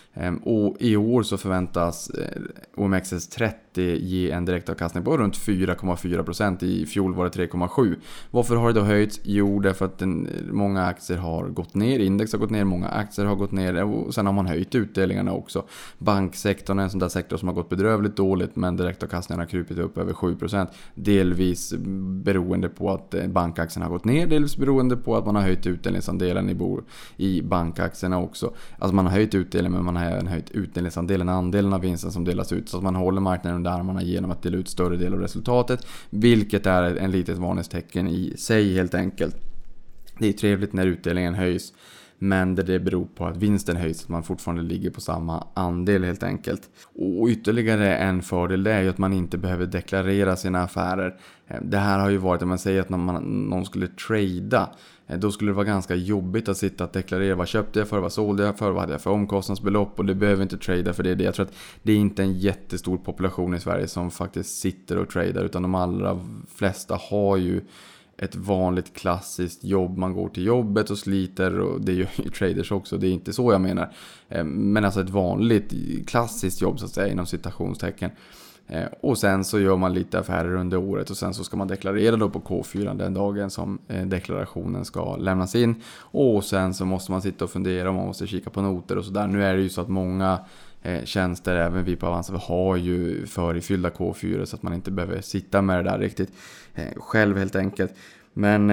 Och i år så förväntas O M X S trettio ge en direktavkastning på runt fyra komma fyra procent. I fjol var det tre komma sju. Varför har det då höjts? Jo, därför att den, många aktier har gått ner, index har gått ner, många aktier har gått ner och sen har man höjt utdelningarna också. Banksektorn är en sån där sektor som har gått bedrövligt dåligt, men direktavkastningen har krupit upp över sju procent. Delvis beroende på att bankaktien har gått ner, delvis beroende på att man har höjt utdelningsandelen i, bo, i bankaktierna också. Alltså man har höjt utdelningen, men man har även höjt utdelningsandelen, andelen av vinsten som delas ut, så att man håller marknaden under armarna genom att dela ut större del av resultatet, vilket är en litet varningstecken i sig helt enkelt. Det är trevligt när utdelningen höjs, men det, det beror på att vinsten höjs, att man fortfarande ligger på samma andel helt enkelt. Och ytterligare en fördel, det är ju att man inte behöver deklarera sina affärer. Det här har ju varit att man säger att när man, någon skulle trada, då skulle det vara ganska jobbigt att sitta och deklarera vad köpte jag för, vad sålde jag för, vad hade jag för omkostnadsbelopp, och det behöver inte trada för det. Jag tror att det är inte en jättestor population i Sverige som faktiskt sitter och tradar, utan de allra flesta har ju ett vanligt klassiskt jobb. Man går till jobbet och sliter, och det är ju traders också, det är inte så jag menar. Men alltså ett vanligt klassiskt jobb så att säga, inom citationstecken. Och sen så gör man lite affärer under året och sen så ska man deklarera då på K fyra den dagen som deklarationen ska lämnas in. Och sen så måste man sitta och fundera, man måste kika på noter och sådär. Nu är det ju så att många tjänster, även vi på Avanza, har ju förifyllda K fyra så att man inte behöver sitta med det där riktigt själv helt enkelt. Men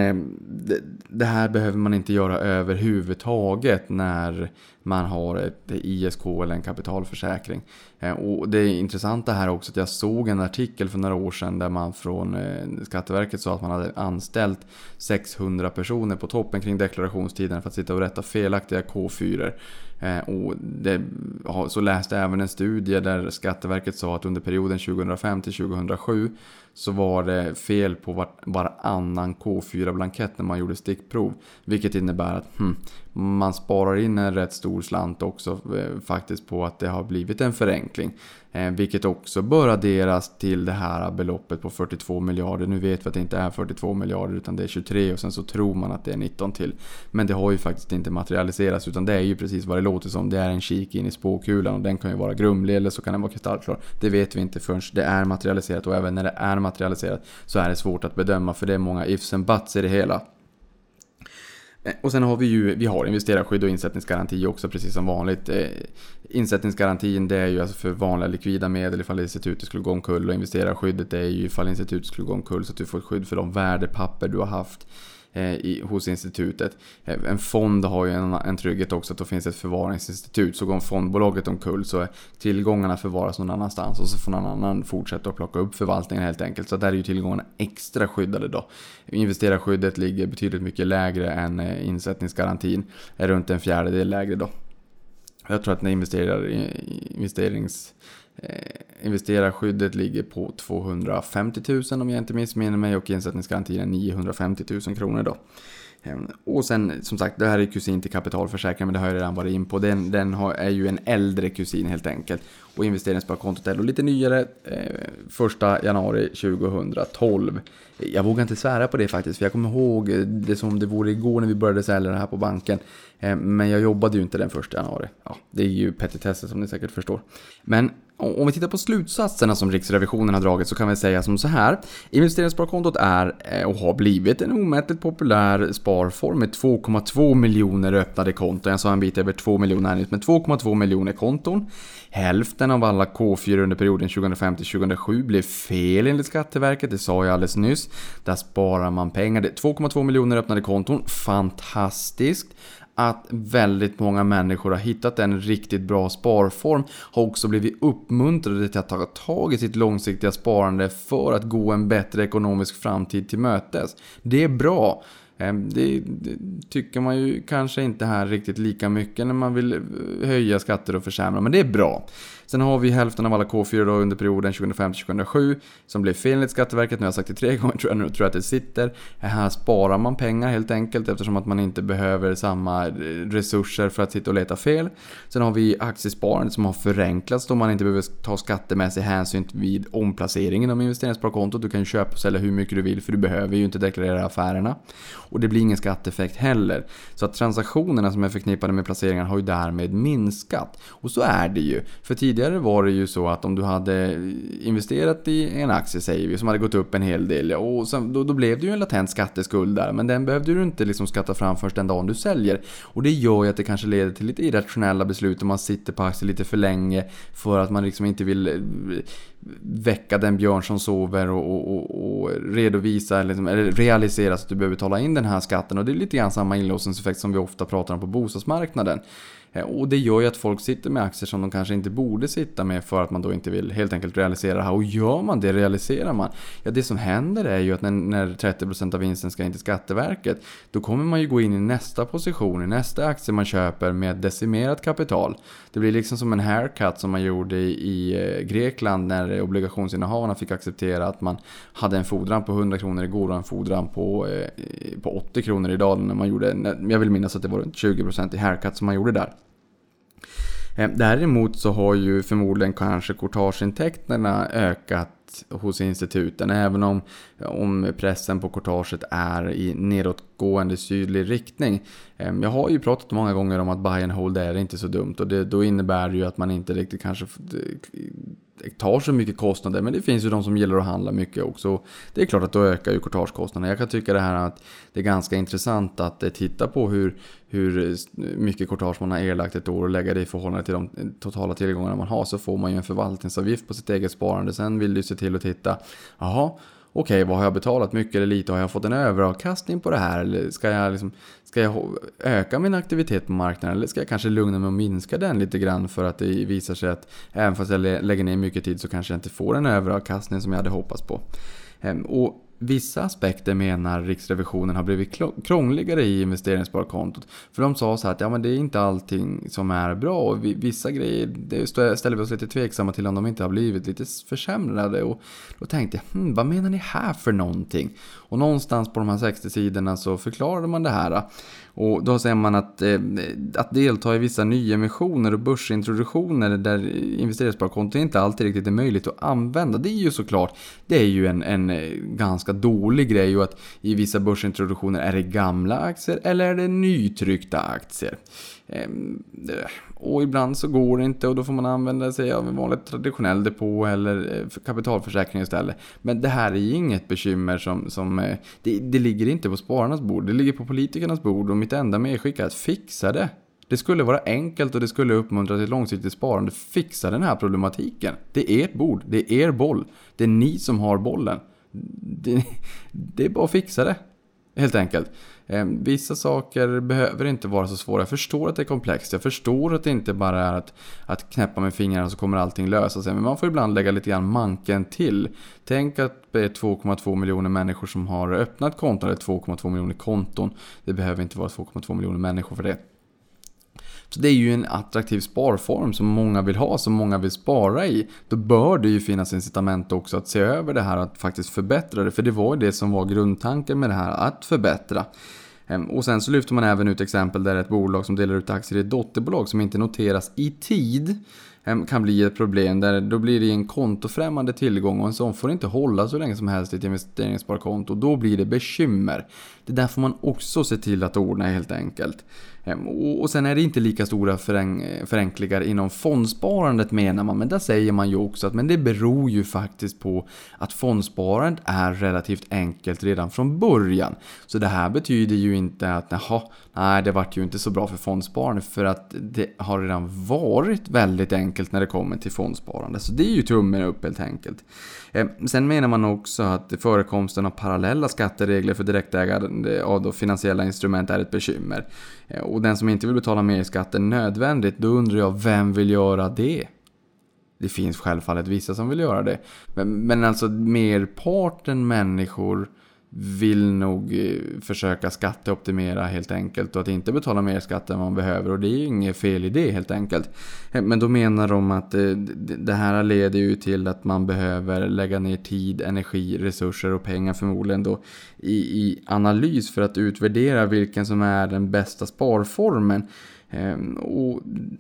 det här behöver man inte göra överhuvudtaget när man har ett I S K eller en kapitalförsäkring. Och det är intressant det här också att jag såg en artikel för några år sedan där man från Skatteverket sa att man hade anställt sexhundra personer på toppen kring deklarationstiden för att sitta och rätta felaktiga K fyra. Och det, så läste jag även en studie där Skatteverket sa att under perioden tjugohundrafem till tjugohundrasju så var det fel på var, varannan K fyra-blankett när man gjorde stickprov. Vilket innebär att hmm, man sparar in en rätt stor slant också eh, faktiskt på att det har blivit en förenkling. Eh, vilket också bör adderas till det här beloppet på fyrtiotvå miljarder. Nu vet vi att det inte är fyrtiotvå miljarder utan det är tjugotre och sen så tror man att det är nitton till. Men det har ju faktiskt inte materialiserats utan det är ju precis vad det låter som. Det är en kik in i spåkulan och den kan ju vara grumlig eller så kan den vara kristallklar. Det vet vi inte förrän det är materialiserat, och även när det är materialiserat så är det svårt att bedöma för det är många ifs and buts i det hela. Och sen har vi ju vi har investerarskydd och insättningsgaranti också precis som vanligt. Eh, insättningsgarantin det är ju alltså för vanliga likvida medel ifall institutet skulle gå omkull, och investerarskyddet är ju ifall institutet skulle gå omkull så att du får ett skydd för de värdepapper du har haft eh, i, hos institutet. Eh, en fond har ju en, en trygghet också att det finns ett förvaringsinstitut, så går fondbolaget omkull så är tillgångarna förvaras någon annanstans och så får någon annan fortsätta att plocka upp förvaltningen helt enkelt. Så där är ju tillgångarna extra skyddade då. Investerarskyddet ligger betydligt mycket lägre än insättningsgarantin, är runt en fjärdedel lägre då. Jag tror att när investerar, investerings, eh, investerarskyddet ligger på tvåhundrafemtio tusen om jag inte missminner mig, och insättningsgarantin är niohundrafemtio tusen kronor då. Och sen som sagt, det här är kusin till kapitalförsäkring, men det har jag redan varit in på. Den, den har, är ju en äldre kusin helt enkelt. Och investeringssparkontot är lite nyare, eh, första januari tjugohundratolv. Jag vågar inte svära på det faktiskt, för jag kommer ihåg det som det vore igår när vi började sälja det här på banken. Eh, men jag jobbade ju inte den första januari. Ja, det är ju petitesser som ni säkert förstår. Men om vi tittar på slutsatserna som Riksrevisionen har dragit, så kan vi säga som så här. Investeringssparkontot är och har blivit en omättligt populär sparform med två komma två miljoner öppnade konton. Jag sa en bit över två miljoner här nu, men två komma två miljoner konton. Hälften av alla K fyra under perioden tjugohundrafem till tjugohundrasju blev fel enligt Skatteverket. Det sa jag alldeles nyss. Där sparar man pengar. Det är två komma två miljoner öppnade konton. Fantastiskt. Att väldigt många människor har hittat en riktigt bra sparform, har också blivit uppmuntrade till att ta tag i sitt långsiktiga sparande för att gå en bättre ekonomisk framtid till mötes. Det är bra. Det, det tycker man ju kanske inte här riktigt lika mycket när man vill höja skatter och försämra, men det är bra. Sen har vi hälften av alla K fyra då under perioden tjugohundrafem till tjugohundrasju som blev fel enligt Skatteverket. Nu har jag sagt det tre gånger, tror jag, nu tror jag att det sitter. Här sparar man pengar helt enkelt eftersom att man inte behöver samma resurser för att sitta och leta fel. Sen har vi aktiesparandet som har förenklats då man inte behöver ta skattemässig hänsyn vid omplaceringen av investeringssparkontot. Du kan ju köpa och sälja hur mycket du vill, för du behöver ju inte deklarera affärerna. Och det blir ingen skatteeffekt heller. Så att transaktionerna som är förknippade med placeringar har ju därmed minskat. Och så är det ju. För tidigare var det ju så att om du hade investerat i en aktie, säger vi, som hade gått upp en hel del, och sen, då, då blev det ju en latent skatteskuld där. Men den behövde du inte liksom skatta fram först den dagen du säljer. Och det gör ju att det kanske leder till lite irrationella beslut om man sitter på aktier lite för länge för att man liksom inte vill väcka den björn som sover och, och, och, och redovisa liksom, eller realisera så att du behöver betala in den här skatten. Och det är lite grann samma inlåsningseffekt som vi ofta pratar om på bostadsmarknaden. Och det gör ju att folk sitter med aktier som de kanske inte borde sitta med för att man då inte vill helt enkelt realisera det här. Och gör man det, realiserar man. Ja, det som händer är ju att när, när trettio procent av vinsten ska in till Skatteverket, då kommer man ju gå in i nästa position, i nästa aktie man köper med decimerat kapital. Det blir liksom som en haircut som man gjorde i, i Grekland när obligationsinnehavarna fick acceptera att man hade en fordran på hundra kronor igår och en fordran på, eh, på åttio kronor idag. När man gjorde, jag vill minnas att det var runt tjugo procent i haircut som man gjorde där. Däremot så har ju förmodligen kanske courtageintäkterna ökat hos instituten, även om, om pressen på courtaget är i nedåtgående sydlig riktning. Jag har ju pratat många gånger om att buy and hold är inte så dumt, och det, då innebär det ju att man inte riktigt kanske tar så mycket kostnader, men det finns ju de som gillar att handla mycket också. Det är klart att då ökar ju courtagekostnaderna. Jag kan tycka det här att det är ganska intressant att titta på hur, hur mycket courtage man har erlagt ett år och lägga det i förhållande till de totala tillgångarna man har, så får man ju en förvaltningsavgift på sitt eget sparande. Sen vill du se till att titta, jaha, okej, okay, vad har jag betalat, mycket eller lite? Har jag fått en överavkastning på det här? Eller ska jag, liksom, ska jag öka min aktivitet på marknaden? Eller ska jag kanske lugna mig och minska den lite grann för att det visar sig att även fast jag lägger ner mycket tid så kanske jag inte får en överavkastning som jag hade hoppats på. Och vissa aspekter menar Riksrevisionen har blivit krångligare i investeringssparkontot. För de sa så här att ja, men det är inte allting som är bra, och vissa grejer det ställer vi oss lite tveksamma till om de inte har blivit lite försämrade. Och då tänkte jag, hm, vad menar ni här för någonting? Och någonstans på de här sextio sidorna så förklarade man det här. Och då säger man att, eh, att delta i vissa nyemissioner och börsintroduktioner där investeringssparkonto inte alltid riktigt är möjligt att använda. Det är ju såklart, det är ju en, en ganska dålig grej, och att i vissa börsintroduktioner är det gamla aktier eller är det nytryckta aktier. Eh, och ibland så går det inte, och då får man använda sig av en vanlig traditionell depå eller kapitalförsäkring istället. Men det här är ju inget bekymmer som, som det, det ligger inte på spararnas bord, det ligger på politikernas bord, och mitt enda medskick är att fixa det. Det skulle vara enkelt och det skulle uppmuntra till långsiktigt sparande. Fixa den här problematiken. Det är ert bord, det är er boll. Det är ni som har bollen. Det, det är bara att fixa det, helt enkelt. Eh, vissa saker behöver inte vara så svåra. Jag förstår att det är komplext. Jag förstår att det inte bara är att, att knäppa med fingrarna så kommer allting lösa sig. Men man får ibland lägga lite grann manken till. Tänk att det är två komma två miljoner människor som har öppnat konton. Eller två komma två miljoner konton. Det behöver inte vara två komma två miljoner människor för det. Så det är ju en attraktiv sparform som många vill ha, som många vill spara i. Då bör det ju finnas incitament också att se över det här, att faktiskt förbättra det. För det var ju det som var grundtanken med det här, att förbättra. Och sen så lyfter man även ut exempel där ett bolag som delar ut aktier i ett dotterbolag som inte noteras i tid kan bli ett problem, där då blir det en kontofrämmande tillgång och en sån får inte hålla så länge som helst i ett investeringssparkonto. Då blir det bekymmer. Det där får man också se till att ordna helt enkelt. Och sen är det inte lika stora förenklingar inom fondsparandet menar man, men där säger man ju också att men det beror ju faktiskt på att fondsparandet är relativt enkelt redan från början. Så det här betyder ju inte att jaha, nej det vart ju inte så bra för fondsparande, för att det har redan varit väldigt enkelt när det kommer till fondsparande. Så det är ju tummen upp helt enkelt. Sen menar man också att förekomsten av parallella skatteregler för direktägande av då finansiella instrument är ett bekymmer. Och den som inte vill betala mer skatt än nödvändigt, då undrar jag, vem vill göra det? Det finns självfallet vissa som vill göra det. Men, men alltså merparten människor vill nog försöka skatteoptimera helt enkelt och att inte betala mer skatt än man behöver, och det är ju inget fel i det helt enkelt. Men då menar de att det här leder ju till att man behöver lägga ner tid, energi, resurser och pengar förmodligen då i, i analys för att utvärdera vilken som är den bästa sparformen. Och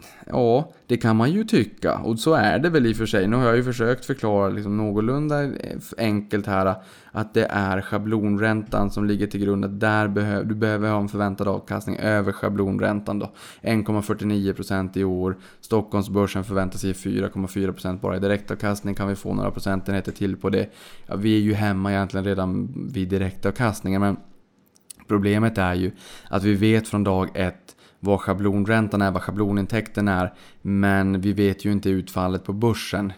ja, det kan man ju tycka, och så är det väl i och för sig. Nu har jag ju försökt förklara liksom någorlunda enkelt här att det är schablonräntan som ligger till grund, att där behöver du behöver ha en förväntad avkastning över schablonräntan då, en komma fyrtionio procent i år. Stockholmsbörsen förväntar sig fyra komma fyra procent bara i direktavkastning. Kan vi få några procentenheter till på det? Ja, vi är ju hemma egentligen redan vid direktavkastningen, men problemet är ju att vi vet från dag ett vad schablonräntan är, vad schablonintäkten är, men vi vet ju inte utfallet på börsen.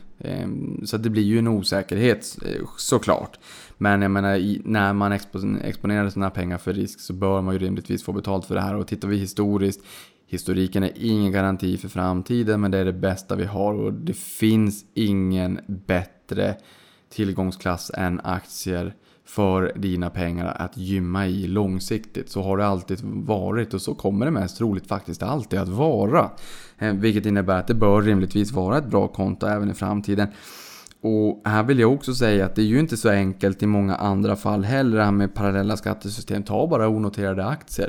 Så det blir ju en osäkerhet såklart. Men jag menar, när man exponerar sina pengar för risk så bör man ju rimligtvis få betalt för det här. Och tittar vi historiskt, historiken är ingen garanti för framtiden, men det är det bästa vi har, och det finns ingen bättre tillgångsklass än aktier för dina pengar att gymma i långsiktigt. Så har det alltid varit, och så kommer det mest troligt faktiskt alltid att vara. Vilket innebär att det bör rimligtvis vara ett bra konto även i framtiden. Och här vill jag också säga att det är ju inte så enkelt i många andra fall heller. Det här med parallella skattesystem, ta bara onoterade aktier.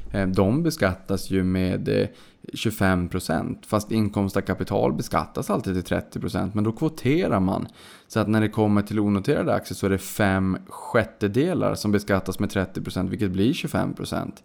De beskattas ju med tjugofem procent, fast inkomst av kapital beskattas alltid till trettio procent, men då kvoterar man. Så att när det kommer till onoterade aktier så är det fem sjättedelar som beskattas med trettio procent, vilket blir tjugofem procent.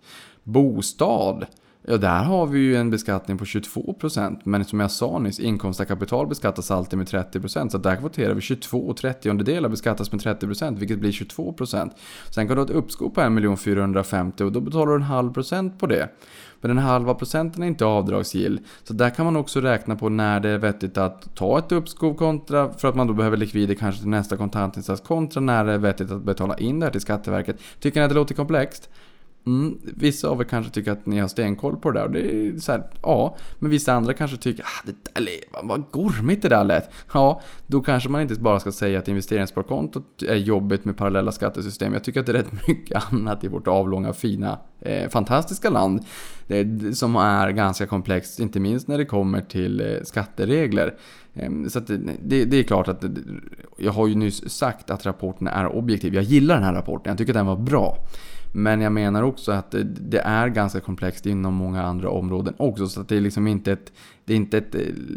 Bostad, ja där har vi ju en beskattning på tjugotvå procent, men som jag sa nyss, inkomst av kapital beskattas alltid med trettio procent, så där kvoterar vi tjugotvå och trettio delar beskattas med trettio procent, vilket blir tjugotvå procent. Sen kan du ha ett uppskov på en miljon fyrahundrafemtio och då betalar du en halv procent på det. Men den halva procenten är inte avdragsgill, så där kan man också räkna på när det är vettigt att ta ett uppskov kontra, för att man då behöver likvider kanske till nästa kontantinsats, kontra när det är vettigt att betala in det här till Skatteverket. Tycker ni att det låter komplext? Mm, vissa av er kanske tycker att ni har stenkoll på det där, och det är så här, ja, men vissa andra kanske tycker ah, det där lät, vad gormigt det där lät. Ja, då kanske man inte bara ska säga att investeringssparkontot är jobbigt med parallella skattesystem. Jag tycker att det är rätt mycket annat i vårt avlånga, fina, eh, fantastiska land det, som är ganska komplext, inte minst när det kommer till eh, skatteregler. Eh, så att det, det är klart att det, jag har ju nyss sagt att rapporten är objektiv. Jag gillar den här rapporten, jag tycker att den var bra. Men jag menar också att det är ganska komplext inom många andra områden också. Så att det är liksom inte ett, det är inte ett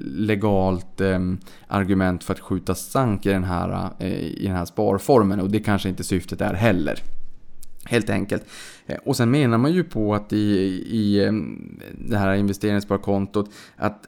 legalt eh, argument för att skjuta sank i den, här, eh, i den här sparformen. Och det kanske inte syftet är heller. Helt enkelt. Och sen menar man ju på att i, i det här investeringssparkontot att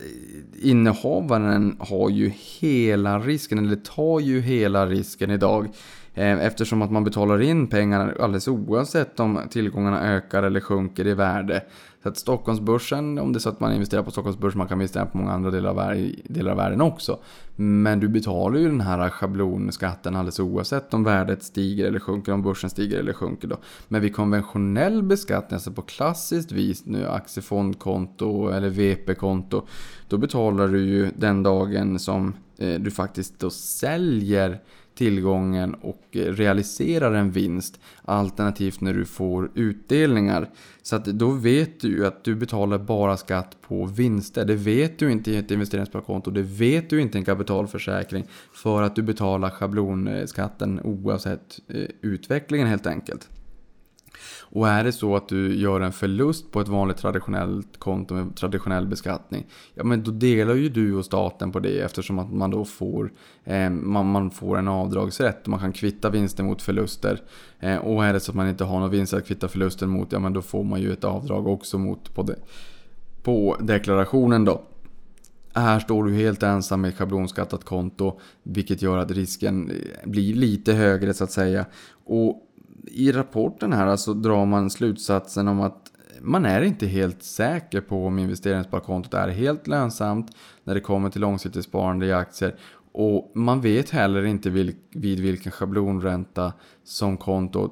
innehavaren har ju hela risken, eller tar ju hela risken idag. Eftersom att man betalar in pengar alldeles oavsett om tillgångarna ökar eller sjunker i värde. Så att Stockholmsbörsen, om det är så att man investerar på Stockholmsbörsen, man kan investera på många andra delar av, världen, delar av världen också. Men du betalar ju den här schablonskatten alldeles oavsett om värdet stiger eller sjunker, om börsen stiger eller sjunker då. Men vid konventionell beskattning, alltså på klassiskt vis nu, aktiefondkonto eller V P-konto, då betalar du ju den dagen som eh, du faktiskt då säljer tillgången och realiserar en vinst, alternativt när du får utdelningar. Så att då vet du ju att du betalar bara skatt på vinster. Det vet du inte i ett investeringssparkonto, det vet du inte i en kapitalförsäkring, för att du betalar schablonskatten oavsett utvecklingen helt enkelt. Och är det så att du gör en förlust på ett vanligt traditionellt konto med traditionell beskattning, ja men då delar ju du och staten på det, eftersom att man då får, eh, man, man får en avdragsrätt och man kan kvitta vinster mot förluster. Eh, och är det så att man inte har någon vinst att kvitta förlusten mot, ja men då får man ju ett avdrag också mot på, det, på deklarationen då. Här står du helt ensam med ett schablonskattat konto, vilket gör att risken blir lite högre så att säga. Och i rapporten här alltså drar man slutsatsen om att man är inte helt säker på om investeringssparkontot är helt lönsamt när det kommer till långsiktigt sparande i aktier. Och man vet heller inte vil- vid vilken schablonränta som kontot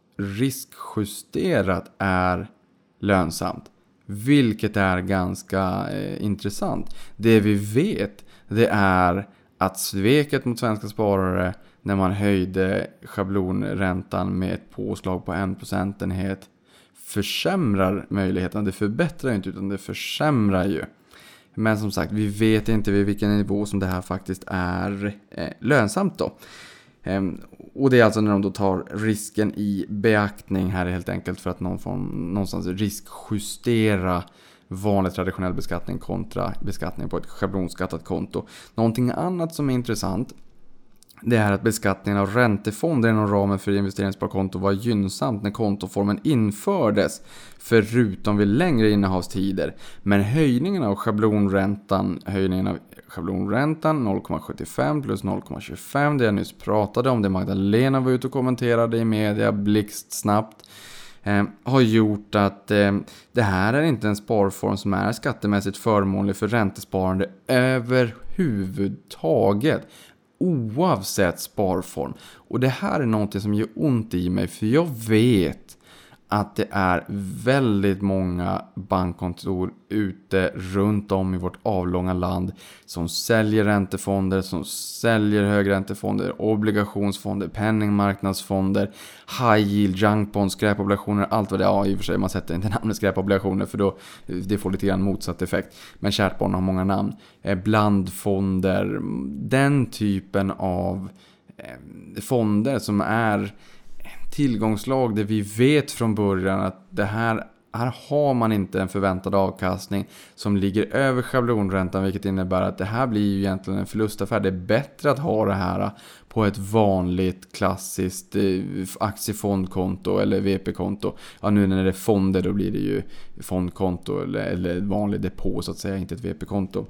riskjusterat är lönsamt. Vilket är ganska eh, intressant. Det vi vet, det är att sveket mot svenska sparare när man höjde schablonräntan med ett påslag på en procentenhet försämrar möjligheten. Det förbättrar inte utan det försämrar ju. Men som sagt, vi vet inte vid vilken nivå som det här faktiskt är eh, lönsamt då. Ehm, och det är alltså när de då tar risken i beaktning här helt enkelt för att någon form, någonstans riskjustera vanlig traditionell beskattning kontra beskattning på ett schablonskattat konto. Någonting annat som är intressant, det är att beskattningen av räntefonder inom ramen för investeringssparkonto var gynnsamt när kontoformen infördes, förutom vid längre innehavstider. Men höjningen av schablonräntan, höjningen av schablonräntan noll komma sjuttiofem plus noll komma tjugofem, det jag nyss pratade om, det Magdalena var ute och kommenterade i media blixtsnabbt, eh, har gjort att eh, det här är inte en sparform som är skattemässigt förmånlig för räntesparande överhuvudtaget. Oavsett sparform. Och det här är någonting som gör ont i mig, för jag vet att det är väldigt många bankkontor ute runt om i vårt avlånga land som säljer räntefonder, som säljer högräntefonder, obligationsfonder, penningmarknadsfonder, high yield, junk bonds, skräpobligationer, allt vad det är. Ja, i och för sig man sätter inte namnet skräpobligationer för då det får lite grann motsatt effekt. Men kärt barn har många namn. Blandfonder, den typen av fonder som är tillgångslag där vi vet från början att det här, här har man inte en förväntad avkastning som ligger över schablonräntan, vilket innebär att det här blir ju egentligen en förlustaffär. Det är bättre att ha det här på ett vanligt klassiskt aktiefondkonto eller V P-konto. Ja, nu när det är fonder då blir det ju fondkonto eller, eller vanlig depå så att säga, inte ett V P-konto.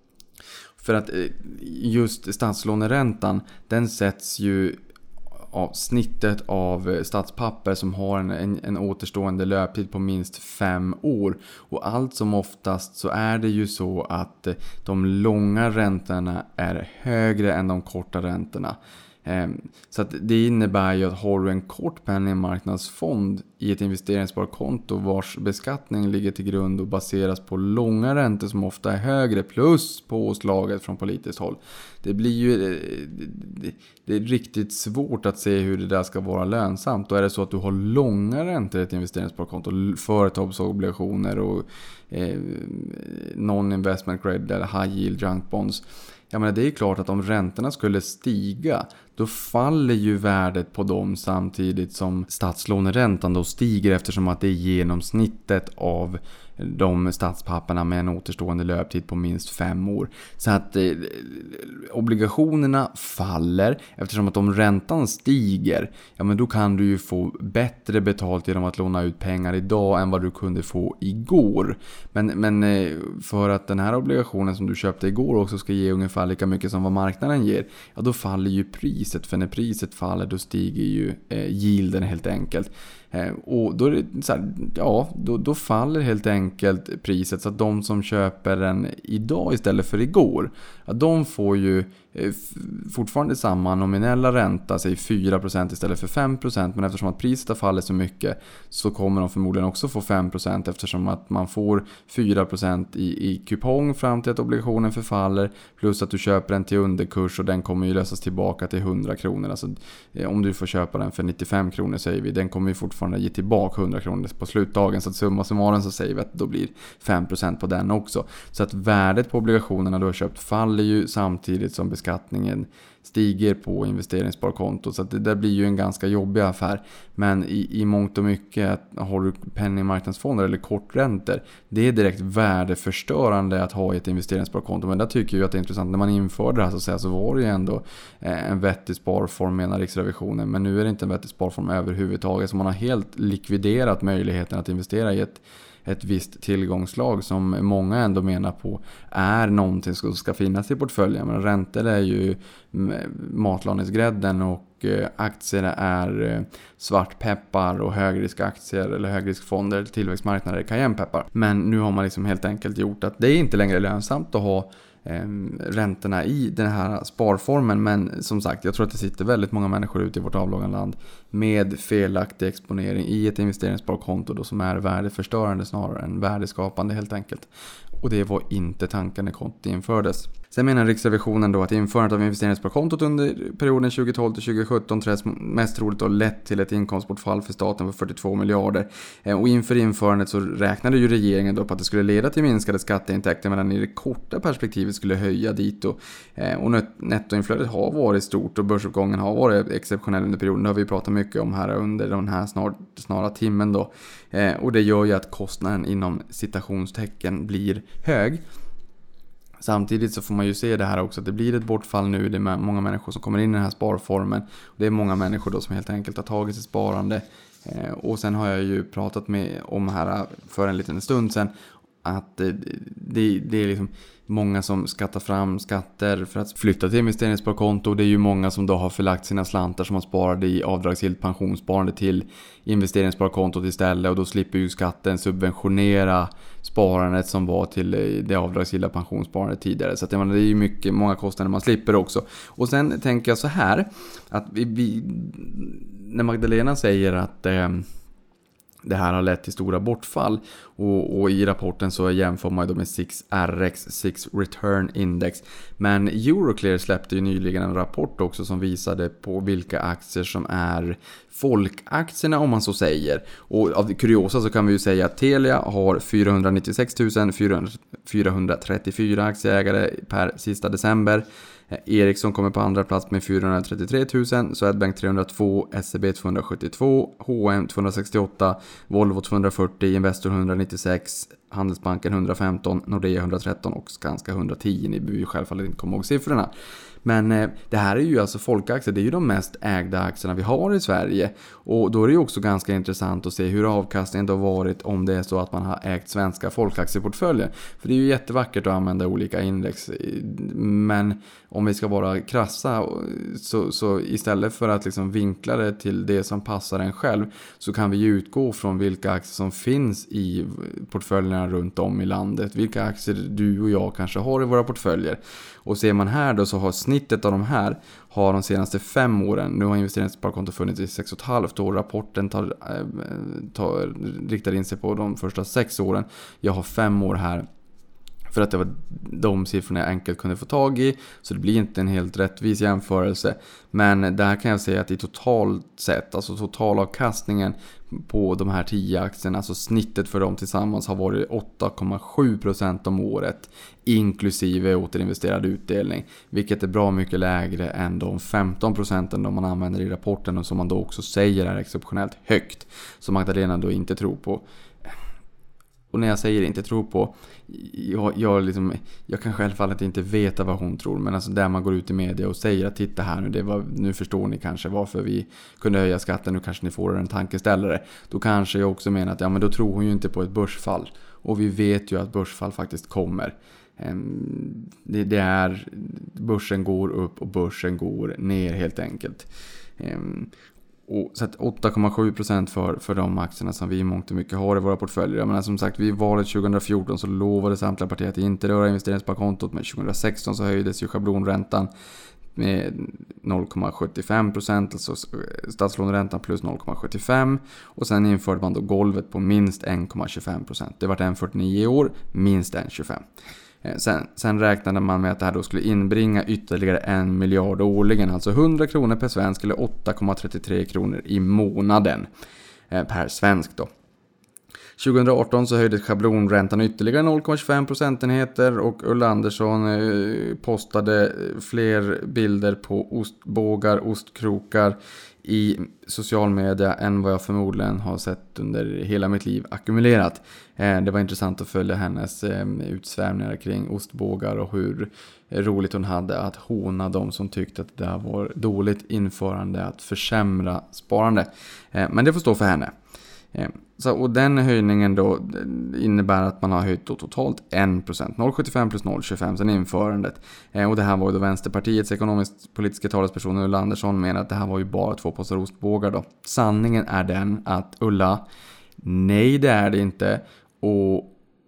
För att just statslåneräntan, den sätts ju av snittet av statspapper som har en, en, en återstående löptid på minst fem år. Och allt som oftast så är det ju så att de långa räntorna är högre än de korta räntorna. Så att det innebär ju att har du en kort penningmarknadsfond i ett investeringssparkonto vars beskattning ligger till grund och baseras på långa räntor som ofta är högre plus påslaget från politiskt håll. Det blir ju det, det är riktigt svårt att se hur det där ska vara lönsamt. Och är det så att du har långa räntor i ett investeringssparkonto, företagsobligationer och eh, non-investment grade eller high yield junk bonds, ja, men det är klart att om räntorna skulle stiga, då faller ju värdet på dem samtidigt som statslåneräntan då stiger, eftersom att det är genomsnittet av de statspapperna med en återstående löptid på minst fem år. Så att eh, obligationerna faller, eftersom att om räntan stiger, ja men då kan du ju få bättre betalt genom att låna ut pengar idag än vad du kunde få igår. Men, men eh, för att den här obligationen som du köpte igår också ska ge ungefär lika mycket som vad marknaden ger, ja då faller ju priset. För när priset faller då stiger ju eh, yielden helt enkelt. Eh, och då, är det så här, ja, då, då faller helt enkelt priset, så att de som köper den idag istället för igår, ja, de får ju eh, f- fortfarande samma nominella ränta, säg fyra procent istället för fem procent, men eftersom att priset har fallit så mycket så kommer de förmodligen också få fem procent, eftersom att man får fyra procent i, i kupong fram till att obligationen förfaller, plus att du köper den till underkurs och den kommer ju lösas tillbaka till hundra kronor. Alltså, eh, om du får köpa den för nittiofem kronor säger vi, den kommer ju fortfarande ge tillbaka hundra kronor på slutdagen, så att summa summarum så säger vi att då blir fem procent på den också. Så att värdet på obligationerna du har köpt faller ju samtidigt som beskattningen stiger på investeringssparkonto. Så att det där blir ju en ganska jobbig affär. Men i, i mångt och mycket, har du penningmarknadsfonder eller korträntor, det är direkt värdeförstörande att ha ett investeringssparkonto. Men där tycker jag att det är intressant. När man införde det här så, säga, så var det ju ändå en vettig sparform, menar Riksrevisionen. Men nu är det inte en vettig sparform överhuvudtaget. Så man har helt likviderat möjligheten att investera i ett ett visst tillgångslag som många ändå menar på är någonting som ska finnas i portföljen. Men räntor är ju matlagningsgrädden och aktier är svartpeppar och högriskaktier eller högriskfonder eller tillväxtmarknader är cayennepeppar. Men nu har man liksom helt enkelt gjort att det är inte längre lönsamt att ha eh, räntorna i den här sparformen. Men som sagt, jag tror att det sitter väldigt många människor ute i vårt avlånga land med felaktig exponering i ett investeringssparkonto då, som är värdeförstörande snarare än värdeskapande helt enkelt. Och det var inte tanken när kontot infördes. Sen menar Riksrevisionen då att införandet av investeringssparkontot under perioden tjugohundratolv till tjugosjutton träds mest troligt har lett till ett inkomstbortfall för staten på fyrtiotvå miljarder. Och inför införandet så räknade ju regeringen då på att det skulle leda till minskade skatteintäkter, medan i det korta perspektivet skulle höja dit. Och, och nettoinflödet har varit stort och börsuppgången har varit exceptionell under perioden. Det har vi pratat mycket om här under den här snar, snara timmen då. Och det gör ju att kostnaden inom citationstecken blir hög. Samtidigt så får man ju se det här också, att det blir ett bortfall nu. Det är många människor som kommer in i den här sparformen. Det är många människor då som helt enkelt har tagit sitt sparande. Och sen har jag ju pratat med om här för en liten stund sedan att det, det, det är liksom många som skattar fram skatter för att flytta till investeringssparkonto. Det är ju många som då har förlagt sina slantar som man sparade i avdragsgillt pensionssparande till investeringssparkontot istället, och då slipper ju skatten subventionera sparandet som var till det avdragsgilla pensionssparandet tidigare. Så att det är ju mycket, många kostnader man slipper också. Och sen tänker jag så här att vi, vi, när Magdalena säger att eh, det här har lett till stora bortfall, och, och i rapporten så jämför man då med six R X, six Return Index. Men Euroclear släppte ju nyligen en rapport också som visade på vilka aktier som är folkaktierna, om man så säger. Och av kuriosa så kan vi ju säga att Telia har fyrahundranittiosex tusen fyrahundratrettiofyra aktieägare per sista december. Ericsson kommer på andra plats med fyrahundratrettiotre tusen, Swedbank trehundratvå, S E B tvåhundrasjuttiotvå, H och M tvåhundrasextioåtta, Volvo tvåhundrafyrtio, Investor etthundranittiosex, Handelsbanken etthundrafemton, Nordea etthundratretton och Skanska etthundratio. Ni behöver ju självfallet inte komma ihåg siffrorna. Men eh, det här är ju alltså folkaktier, det är ju de mest ägda aktierna vi har i Sverige. Och då är det ju också ganska intressant att se hur avkastningen har varit om det är så att man har ägt svenska folkaktieportföljer. För det är ju jättevackert att använda olika index. Men om vi ska vara krassa så, så istället för att liksom vinkla det till det som passar en själv, så kan vi utgå från vilka aktier som finns i portföljerna runt om i landet. Vilka aktier du och jag kanske har i våra portföljer. Och ser man här då så har snittet av de här har de senaste fem åren, nu har investeringssparkonto funnits i sex och ett halvt år, rapporten tar, tar, riktar in sig på de första sex åren. Jag har fem år här för att det var de siffrorna jag enkelt kunde få tag i, så det blir inte en helt rättvis jämförelse. Men där kan jag säga att i totalt sett, alltså totalavkastningen på de här tio aktierna, alltså snittet för dem tillsammans har varit åtta komma sju procent om året, inklusive återinvesterad utdelning, vilket är bra mycket lägre än de femton procenten de man använder i rapporten, och som man då också säger är exceptionellt högt, som Magdalena då inte tror på. Och när jag säger inte tror på, jag, jag, liksom, jag kan självfallet inte veta vad hon tror. Men alltså där man går ut i media och säger att titta här nu, det var, nu förstår ni kanske varför vi kunde höja skatten. Nu kanske ni får en tankeställare. Då kanske jag också menar att ja, men då tror hon ju inte på ett börsfall. Och vi vet ju att börsfall faktiskt kommer. Det, det är, börsen går upp och börsen går ner helt enkelt. Och så att åtta komma sju procent för, för de aktierna som vi i mångt och mycket har i våra portföljer. Men som sagt, vid valet tjugohundrafjorton så lovade samtliga partier att inte röra investeringssparkontot. Men tjugohundrasexton så höjdes ju schablonräntan med noll komma sjuttiofem procent, alltså statslåneräntan plus noll komma sjuttiofem. Och sen införde man då golvet på minst en komma tjugofem procent. Det var en komma fyrtionio i år, minst en komma tjugofem. Sen, sen räknade man med att det här då skulle inbringa ytterligare en miljard årligen. Alltså hundra kronor per svensk eller åtta komma trettiotre kronor i månaden eh, per svensk då. tjugoarton så höjdes schablonräntan ytterligare noll komma tjugofem procentenheter och Ulla Andersson postade fler bilder på ostbågar, ostkrokar i social media än vad jag förmodligen har sett under hela mitt liv ackumulerat. Det var intressant att följa hennes utsvävningar kring ostbågar och hur roligt hon hade att håna de som tyckte att det här var dåligt införande att försämra sparande. Men det får stå för henne. Så, och den höjningen då innebär att man har höjt då totalt en procent, noll komma sjuttiofem plus noll komma tjugofem sedan införandet. Eh, och det här var ju då Vänsterpartiets ekonomiskt politiska talesperson Ulla Andersson menar att det här var ju bara två påsar ostbågar då. Sanningen är den att Ulla, nej det är det inte. Och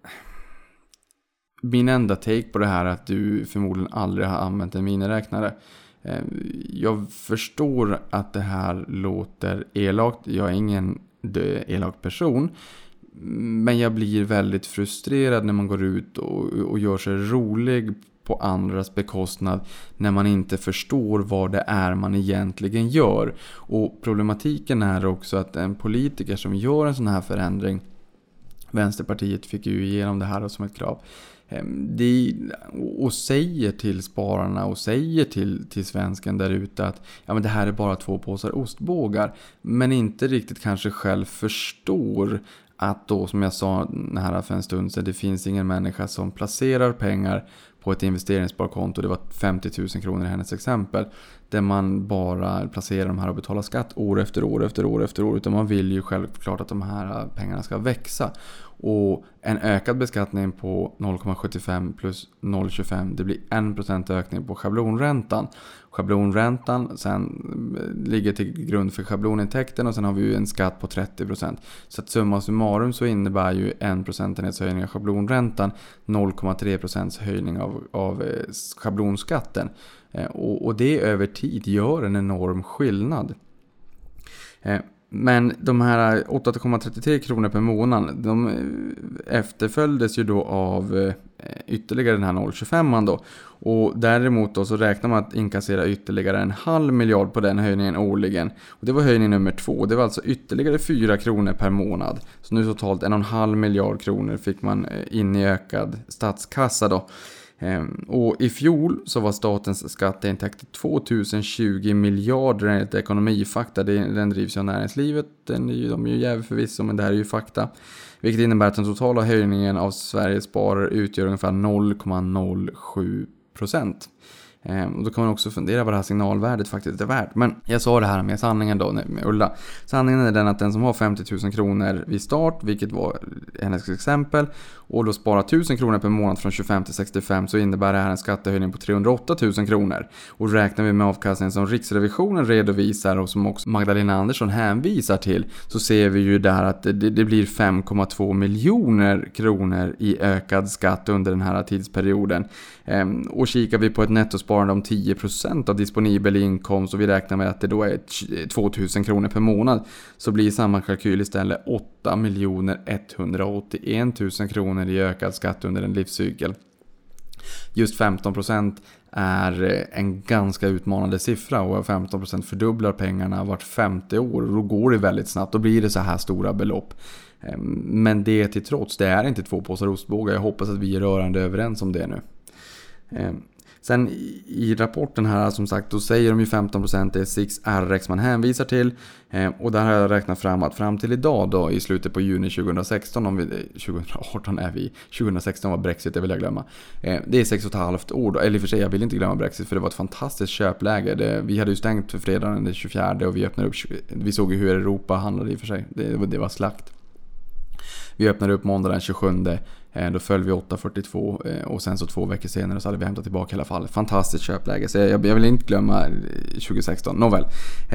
min enda take på det här är att du förmodligen aldrig har använt en miniräknare. Eh, jag förstår att det här låter elakt, jag är ingen elak person, men jag blir väldigt frustrerad när man går ut och, och gör sig rolig på andras bekostnad när man inte förstår vad det är man egentligen gör. Och problematiken är också att en politiker som gör en sån här förändring, Vänsterpartiet fick ju igenom det här som ett krav, det, och säger till spararna och säger till, till svensken där ute att ja, men det här är bara två påsar ostbågar, men inte riktigt kanske själv förstår att då, som jag sa här för en stund sedan, det finns ingen människa som placerar pengar på ett investeringssparkonto, det var femtio tusen kronor i hennes exempel, där man bara placerar de här och betalar skatt år efter år efter år efter år, utan man vill ju självklart att de här pengarna ska växa. Och en ökad beskattning på noll komma sjuttiofem plus noll komma tjugofem, det blir en procent ökning på schablonräntan. Schablonräntan sen ligger till grund för schablonintäkten och sen har vi ju en skatt på trettio procent. Så att summa summarum så innebär ju en procentenhets höjning av schablonräntan noll komma tre procents höjning av, av schablonskatten. Och, och det över tid gör en enorm skillnad. Men de här åtta komma trettiotre kronor per månad, de efterföljdes ju då av ytterligare den här noll komma tjugofem då. Och däremot då så räknar man att inkassera ytterligare en halv miljard på den höjningen årligen. Och det var höjning nummer två. Det var alltså ytterligare fyra kronor per månad. Så nu totalt en och en halv miljard kronor fick man in i ökad statskassa då. Och i fjol så var statens skatteintäkter tvåtusen tjugo miljarder enligt ekonomifakta. Den drivs ju av näringslivet, den är ju, de är ju jävligt förvisso, men det här är ju fakta. Vilket innebär att den totala höjningen av Sveriges sparare utgör ungefär noll komma noll sju procent. Och då kan man också fundera vad det här signalvärdet faktiskt är värt. Men jag sa det här med sanningen då med Ulla. Sanningen är den att den som har femtio tusen kronor vid start, vilket var hennes exempel, och då sparar tusen kronor per månad från tjugofem till sextiofem, så innebär det här en skattehöjning på trehundraåtta tusen kronor. Och räknar vi med avkastningen som Riksrevisionen redovisar och som också Magdalena Andersson hänvisar till, så ser vi ju där att det, det blir fem komma två miljoner kronor i ökad skatt under den här tidsperioden. Och kikar vi på ett nettosparande om tio procent av disponibel inkomst och vi räknar med att det då är tvåtusen kronor per månad, så blir samma kalkyl istället åtta miljoner etthundraåttioen tusen kronor i ökad skatt under en livscykel. Just femton procent är en ganska utmanande siffra, och femton procent fördubblar pengarna vart femte år, och då går det väldigt snabbt, då blir det så här stora belopp. Men det till trots, det är inte två påsar ostbågar. Jag hoppas att vi är rörande överens om det nu. Sen i rapporten här, som sagt, då säger de ju femton procent, det är sex R X man hänvisar till. Och där har jag räknat fram att fram till idag då, i slutet på juni tjugohundrasexton, om vi, tjugohundraarton är vi, tjugohundrasexton var Brexit, det vill jag glömma. Det är sex och ett halvt år då, eller i och för sig, jag vill inte glömma Brexit, för det var ett fantastiskt köpläge. Det, vi hade ju stängt för fredagen den tjugofjärde och vi öppnade upp, vi såg ju hur Europa handlade i och för sig, det, det var slakt. Vi öppnade upp måndag den tjugosjunde, då föll vi åtta fyrtiotvå och sen så två veckor senare så hade vi hämtat tillbaka i alla fall. Fantastiskt köpläge, så jag, jag vill inte glömma tjugohundrasexton. Nåväl.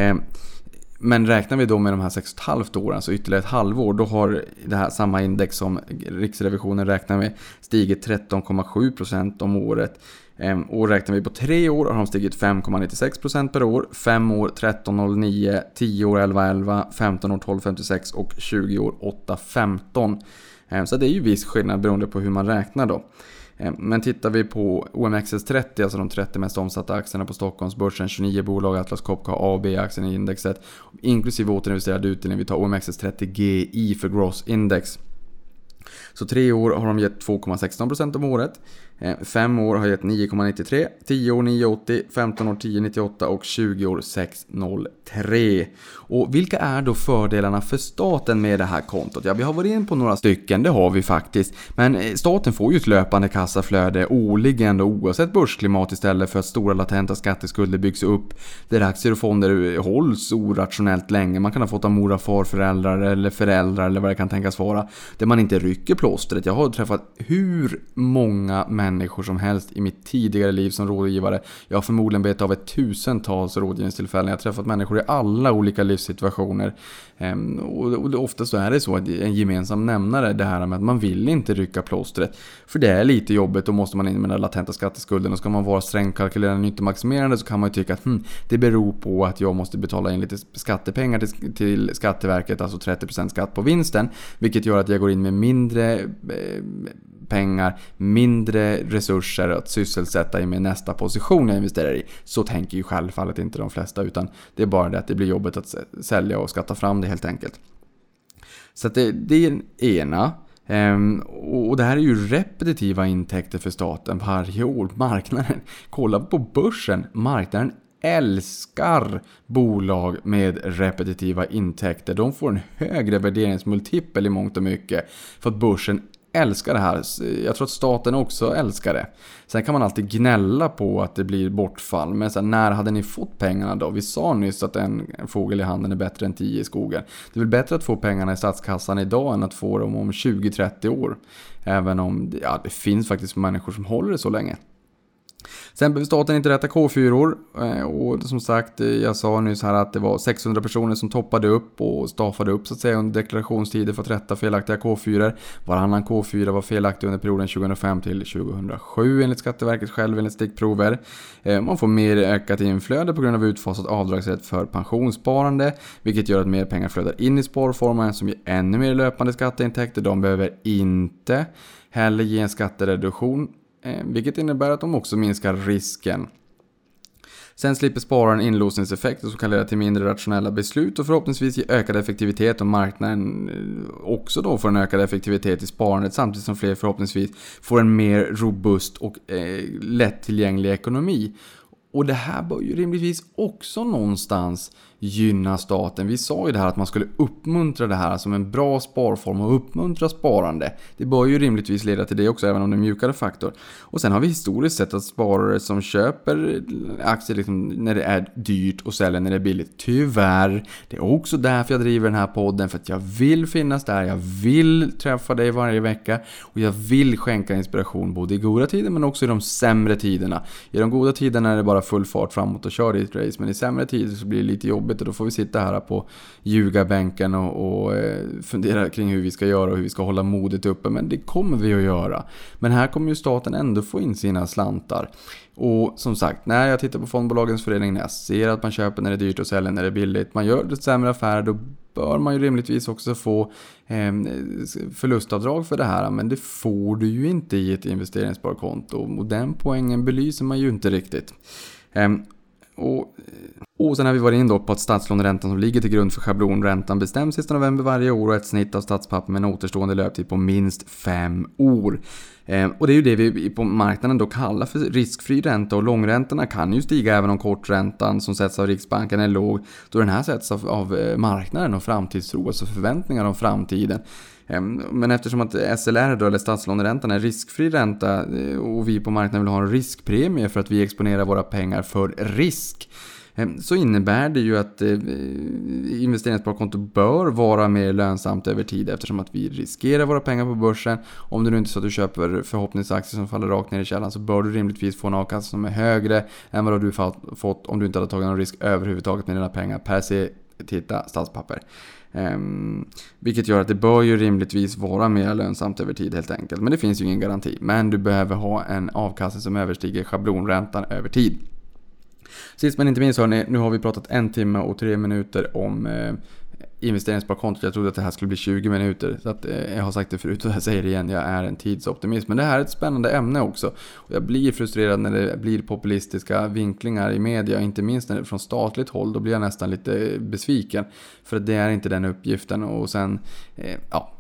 Men räknar vi då med de här sex och ett halvt åren, så ytterligare ett halvår, då har det här samma index som Riksrevisionen räknar med stigit tretton komma sju procent om året. Och räknar vi på tre år har de stigit fem komma nittiosex procent per år, fem år tretton komma noll nio, tio år elva komma elva, femton år tolv komma femtiosex och tjugo år åtta komma femton. Så det är ju viss skillnad beroende på hur man räknar då. Men tittar vi på O M X S trettio, alltså de trettio mest omsatta aktierna på Stockholmsbörsen, tjugonio bolag, Atlas Copco A B-aktien i indexet, inklusive återinvesterad utdelning, vi tar O M X S trettio G I för Gross Index. Så tre år har de gett två komma sexton procent om året. Fem år har gett nio komma nittiotre, tio år nio komma åttio, femton år tio komma nittioåtta och tjugo år sex komma noll tre. Och vilka är då fördelarna för staten med det här kontot? Ja, vi har varit in på några stycken, det har vi faktiskt. Men staten får ju ett löpande kassaflöde årligen och oavsett börsklimat istället för att stora latenta skatteskulder byggs upp. Där aktier och fonder hålls orationellt länge. Man kan ha fått av mor och farföräldrar eller föräldrar eller vad det kan tänkas vara. Där man inte rycker plåstret. Jag har träffat hur många människor som helst i mitt tidigare liv som rådgivare. Jag har förmodligen bett av ett tusentals rådgivningstillfällen. Jag har träffat människor i alla olika livssituationer. Ehm, och, och ofta så är det så att en gemensam nämnare det här med att man vill inte rycka plåstret. För det är lite jobbigt, då måste man in med den latenta skatteskulden. Och ska man vara sträng kalkylerande nyttomaximerande så kan man ju tycka att hm, det beror på att jag måste betala in lite skattepengar till, till Skatteverket, alltså trettio procent skatt på vinsten. Vilket gör att jag går in med mindre eh, pengar, mindre resurser att sysselsätta i min nästa position jag investerar i. Så tänker ju självfallet inte de flesta, utan det är bara det att det blir jobbigt att sälja och skatta fram det helt enkelt. Så att det, det är den ena. Um, och det här är ju repetitiva intäkter för staten varje år. Marknaden, kolla på börsen, marknaden älskar bolag med repetitiva intäkter. De får en högre värderingsmultipel i mångt och mycket för att börsen älskar det här. Jag tror att staten också älskar det. Sen kan man alltid gnälla på att det blir bortfall. Men så här, när hade ni fått pengarna då? Vi sa nyss att en fågel i handen är bättre än tio i skogen. Det är väl bättre att få pengarna i statskassan idag än att få dem om tjugo till trettio år. Även om ja, det finns faktiskt människor som håller det så länge. Sen behöver staten inte rätta K fyra och som sagt, jag sa nyss här att det var sexhundra personer som toppade upp och staffade upp så att säga under deklarationstider för att rätta felaktiga K fyra. Varannan K fyra var felaktig under perioden tjugohundrafem till tjugohundrasju enligt Skatteverket själv enligt stickprover. Man får mer ökat inflöde på grund av utfasat avdragsrätt för pensionssparande, vilket gör att mer pengar flödar in i sparformen som ger ännu mer löpande skatteintäkter. De behöver inte heller ge en skattereduktion, vilket innebär att de också minskar risken. Sen slipper spararen inlåsningseffekter som kan leda till mindre rationella beslut och förhoppningsvis ge ökad effektivitet, och marknaden också då får en ökad effektivitet i sparandet samtidigt som fler förhoppningsvis får en mer robust och eh, lättillgänglig ekonomi. Och det här bör ju rimligtvis också någonstans gynna staten. Vi sa ju det här att man skulle uppmuntra det här som en bra sparform och uppmuntra sparande. Det bör ju rimligtvis leda till det också, även om det är en mjukare faktor. Och sen har vi historiskt sett att sparare som köper aktier liksom när det är dyrt och säljer när det är billigt. Tyvärr, det är också därför jag driver den här podden, för att jag vill finnas där, jag vill träffa dig varje vecka och jag vill skänka inspiration både i goda tider men också i de sämre tiderna. I de goda tiderna är det bara full fart framåt och kör ditt race, men i sämre tider så blir det lite jobbigt. Och då får vi sitta här på ljugarbänken och, och eh, fundera kring hur vi ska göra och hur vi ska hålla modet uppe. Men det kommer vi att göra. Men här kommer ju staten ändå få in sina slantar. Och som sagt, när jag tittar på fondbolagens förening, när jag ser att man köper när det är dyrt och säljer när det är billigt, man gör ett sämre affär, då bör man ju rimligtvis också få eh, förlustavdrag för det här. Men det får du ju inte i ett investeringssparkonto. Och den poängen belyser man ju inte riktigt. Eh, Och, och sen har vi varit in då på att statslåneräntan som ligger till grund för schablonräntan bestäms sista november varje år och ett snitt av statspapper med en återstående löptid på minst fem år. Eh, och det är ju det vi på marknaden då kallar för riskfri ränta, och långräntorna kan ju stiga även om korträntan som sätts av Riksbanken är låg, då den här sätts av, av marknaden och framtidstro, alltså förväntningar om framtiden. Men eftersom att S L R då, eller statslåneräntan, är riskfri ränta och vi på marknaden vill ha en riskpremie för att vi exponerar våra pengar för risk, så innebär det ju att investeringssparkonto bör vara mer lönsamt över tid, eftersom att vi riskerar våra pengar på börsen. Om det nu inte är så att du köper förhoppningsaktier som faller rakt ner i källan, så bör du rimligtvis få en avkastning som är högre än vad du fått om du inte hade tagit någon risk överhuvudtaget med dina pengar per se. Titta, statspapper. Um, vilket gör att det bör ju rimligtvis vara mer lönsamt över tid helt enkelt. Men det finns ju ingen garanti. Men du behöver ha en avkastning som överstiger schablonräntan över tid. Sist men inte minst, hörni, nu har vi pratat en timme och tre minuter om eh, investeringssparkonto. Jag trodde att det här skulle bli tjugo minuter. Så att, eh, jag har sagt det förut och jag säger det igen. Jag är en tidsoptimist. Men det här är ett spännande ämne också. Och jag blir frustrerad när det blir populistiska vinklingar i media. Inte minst när det är från statligt håll. Då blir jag nästan lite besviken. För det är inte den uppgiften. Och sen, eh, ja,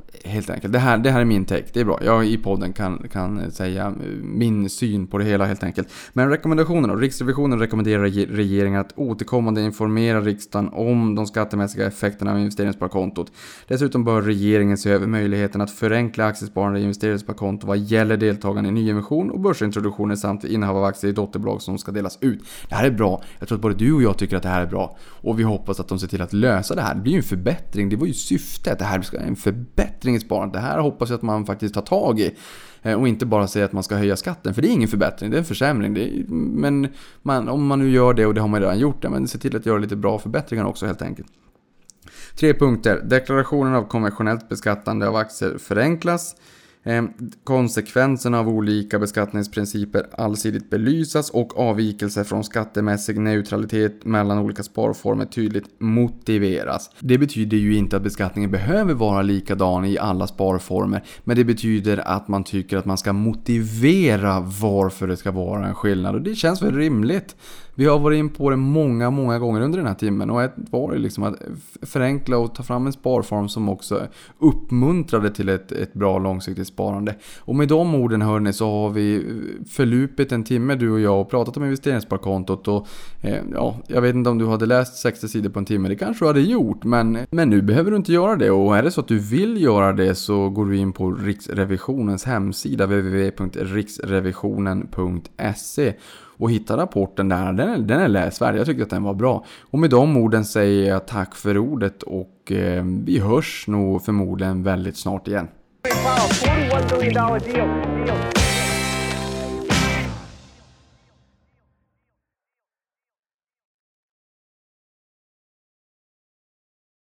Helt enkelt. Det här, det här är min take. Det är bra. Jag i podden kan, kan säga min syn på det hela helt enkelt. Men rekommendationerna. Riksrevisionen rekommenderar regeringen att återkommande informera riksdagen om de skattemässiga effekterna av investeringssparkontot. Dessutom bör regeringen se över möjligheten att förenkla aktiesparande i investeringssparkonto vad gäller deltagande i nyemission och börsintroduktioner samt innehav av aktier i dotterbolag som ska delas ut. Det här är bra. Jag tror att både du och jag tycker att det här är bra. Och vi hoppas att de ser till att lösa det här. Det blir ju en förbättring. Det var ju syftet. Det här ska en förbättring i sparandet. Det här hoppas jag att man faktiskt tar tag i. Och inte bara säga att man ska höja skatten. För det är ingen förbättring, det är en försämring. Det är, men man, om man nu gör det, och det har man redan gjort det, men se till att göra lite bra förbättringar också helt enkelt. Tre punkter. Deklarationen av konventionellt beskattande av aktier förenklas. Eh, konsekvenserna av olika beskattningsprinciper allsidigt belysas och avvikelser från skattemässig neutralitet mellan olika sparformer tydligt motiveras. Det betyder ju inte att beskattningen behöver vara likadan i alla sparformer, men det betyder att man tycker att man ska motivera varför det ska vara en skillnad, och det känns väl rimligt. Vi har varit in på det många, många gånger under den här timmen, och ett var det liksom att förenkla och ta fram en sparform som också uppmuntrade till ett, ett bra långsiktigt sparande. Och med de orden, hörni, så har vi förlupit en timme, du och jag, och pratat om investeringssparkontot. Och eh, ja, jag vet inte om du hade läst sextio sidor på en timme, det kanske du hade gjort, men, men nu behöver du inte göra det. Och är det så att du vill göra det, så går du in på Riksrevisionens hemsida w w w punkt riksrevisionen punkt se och hitta rapporten där. Den är, den är läsvärd. Jag tycker att den var bra. Och med de orden säger jag tack för ordet, och eh, vi hörs nog förmodligen väldigt snart igen. forty-one million dollar deal. deal.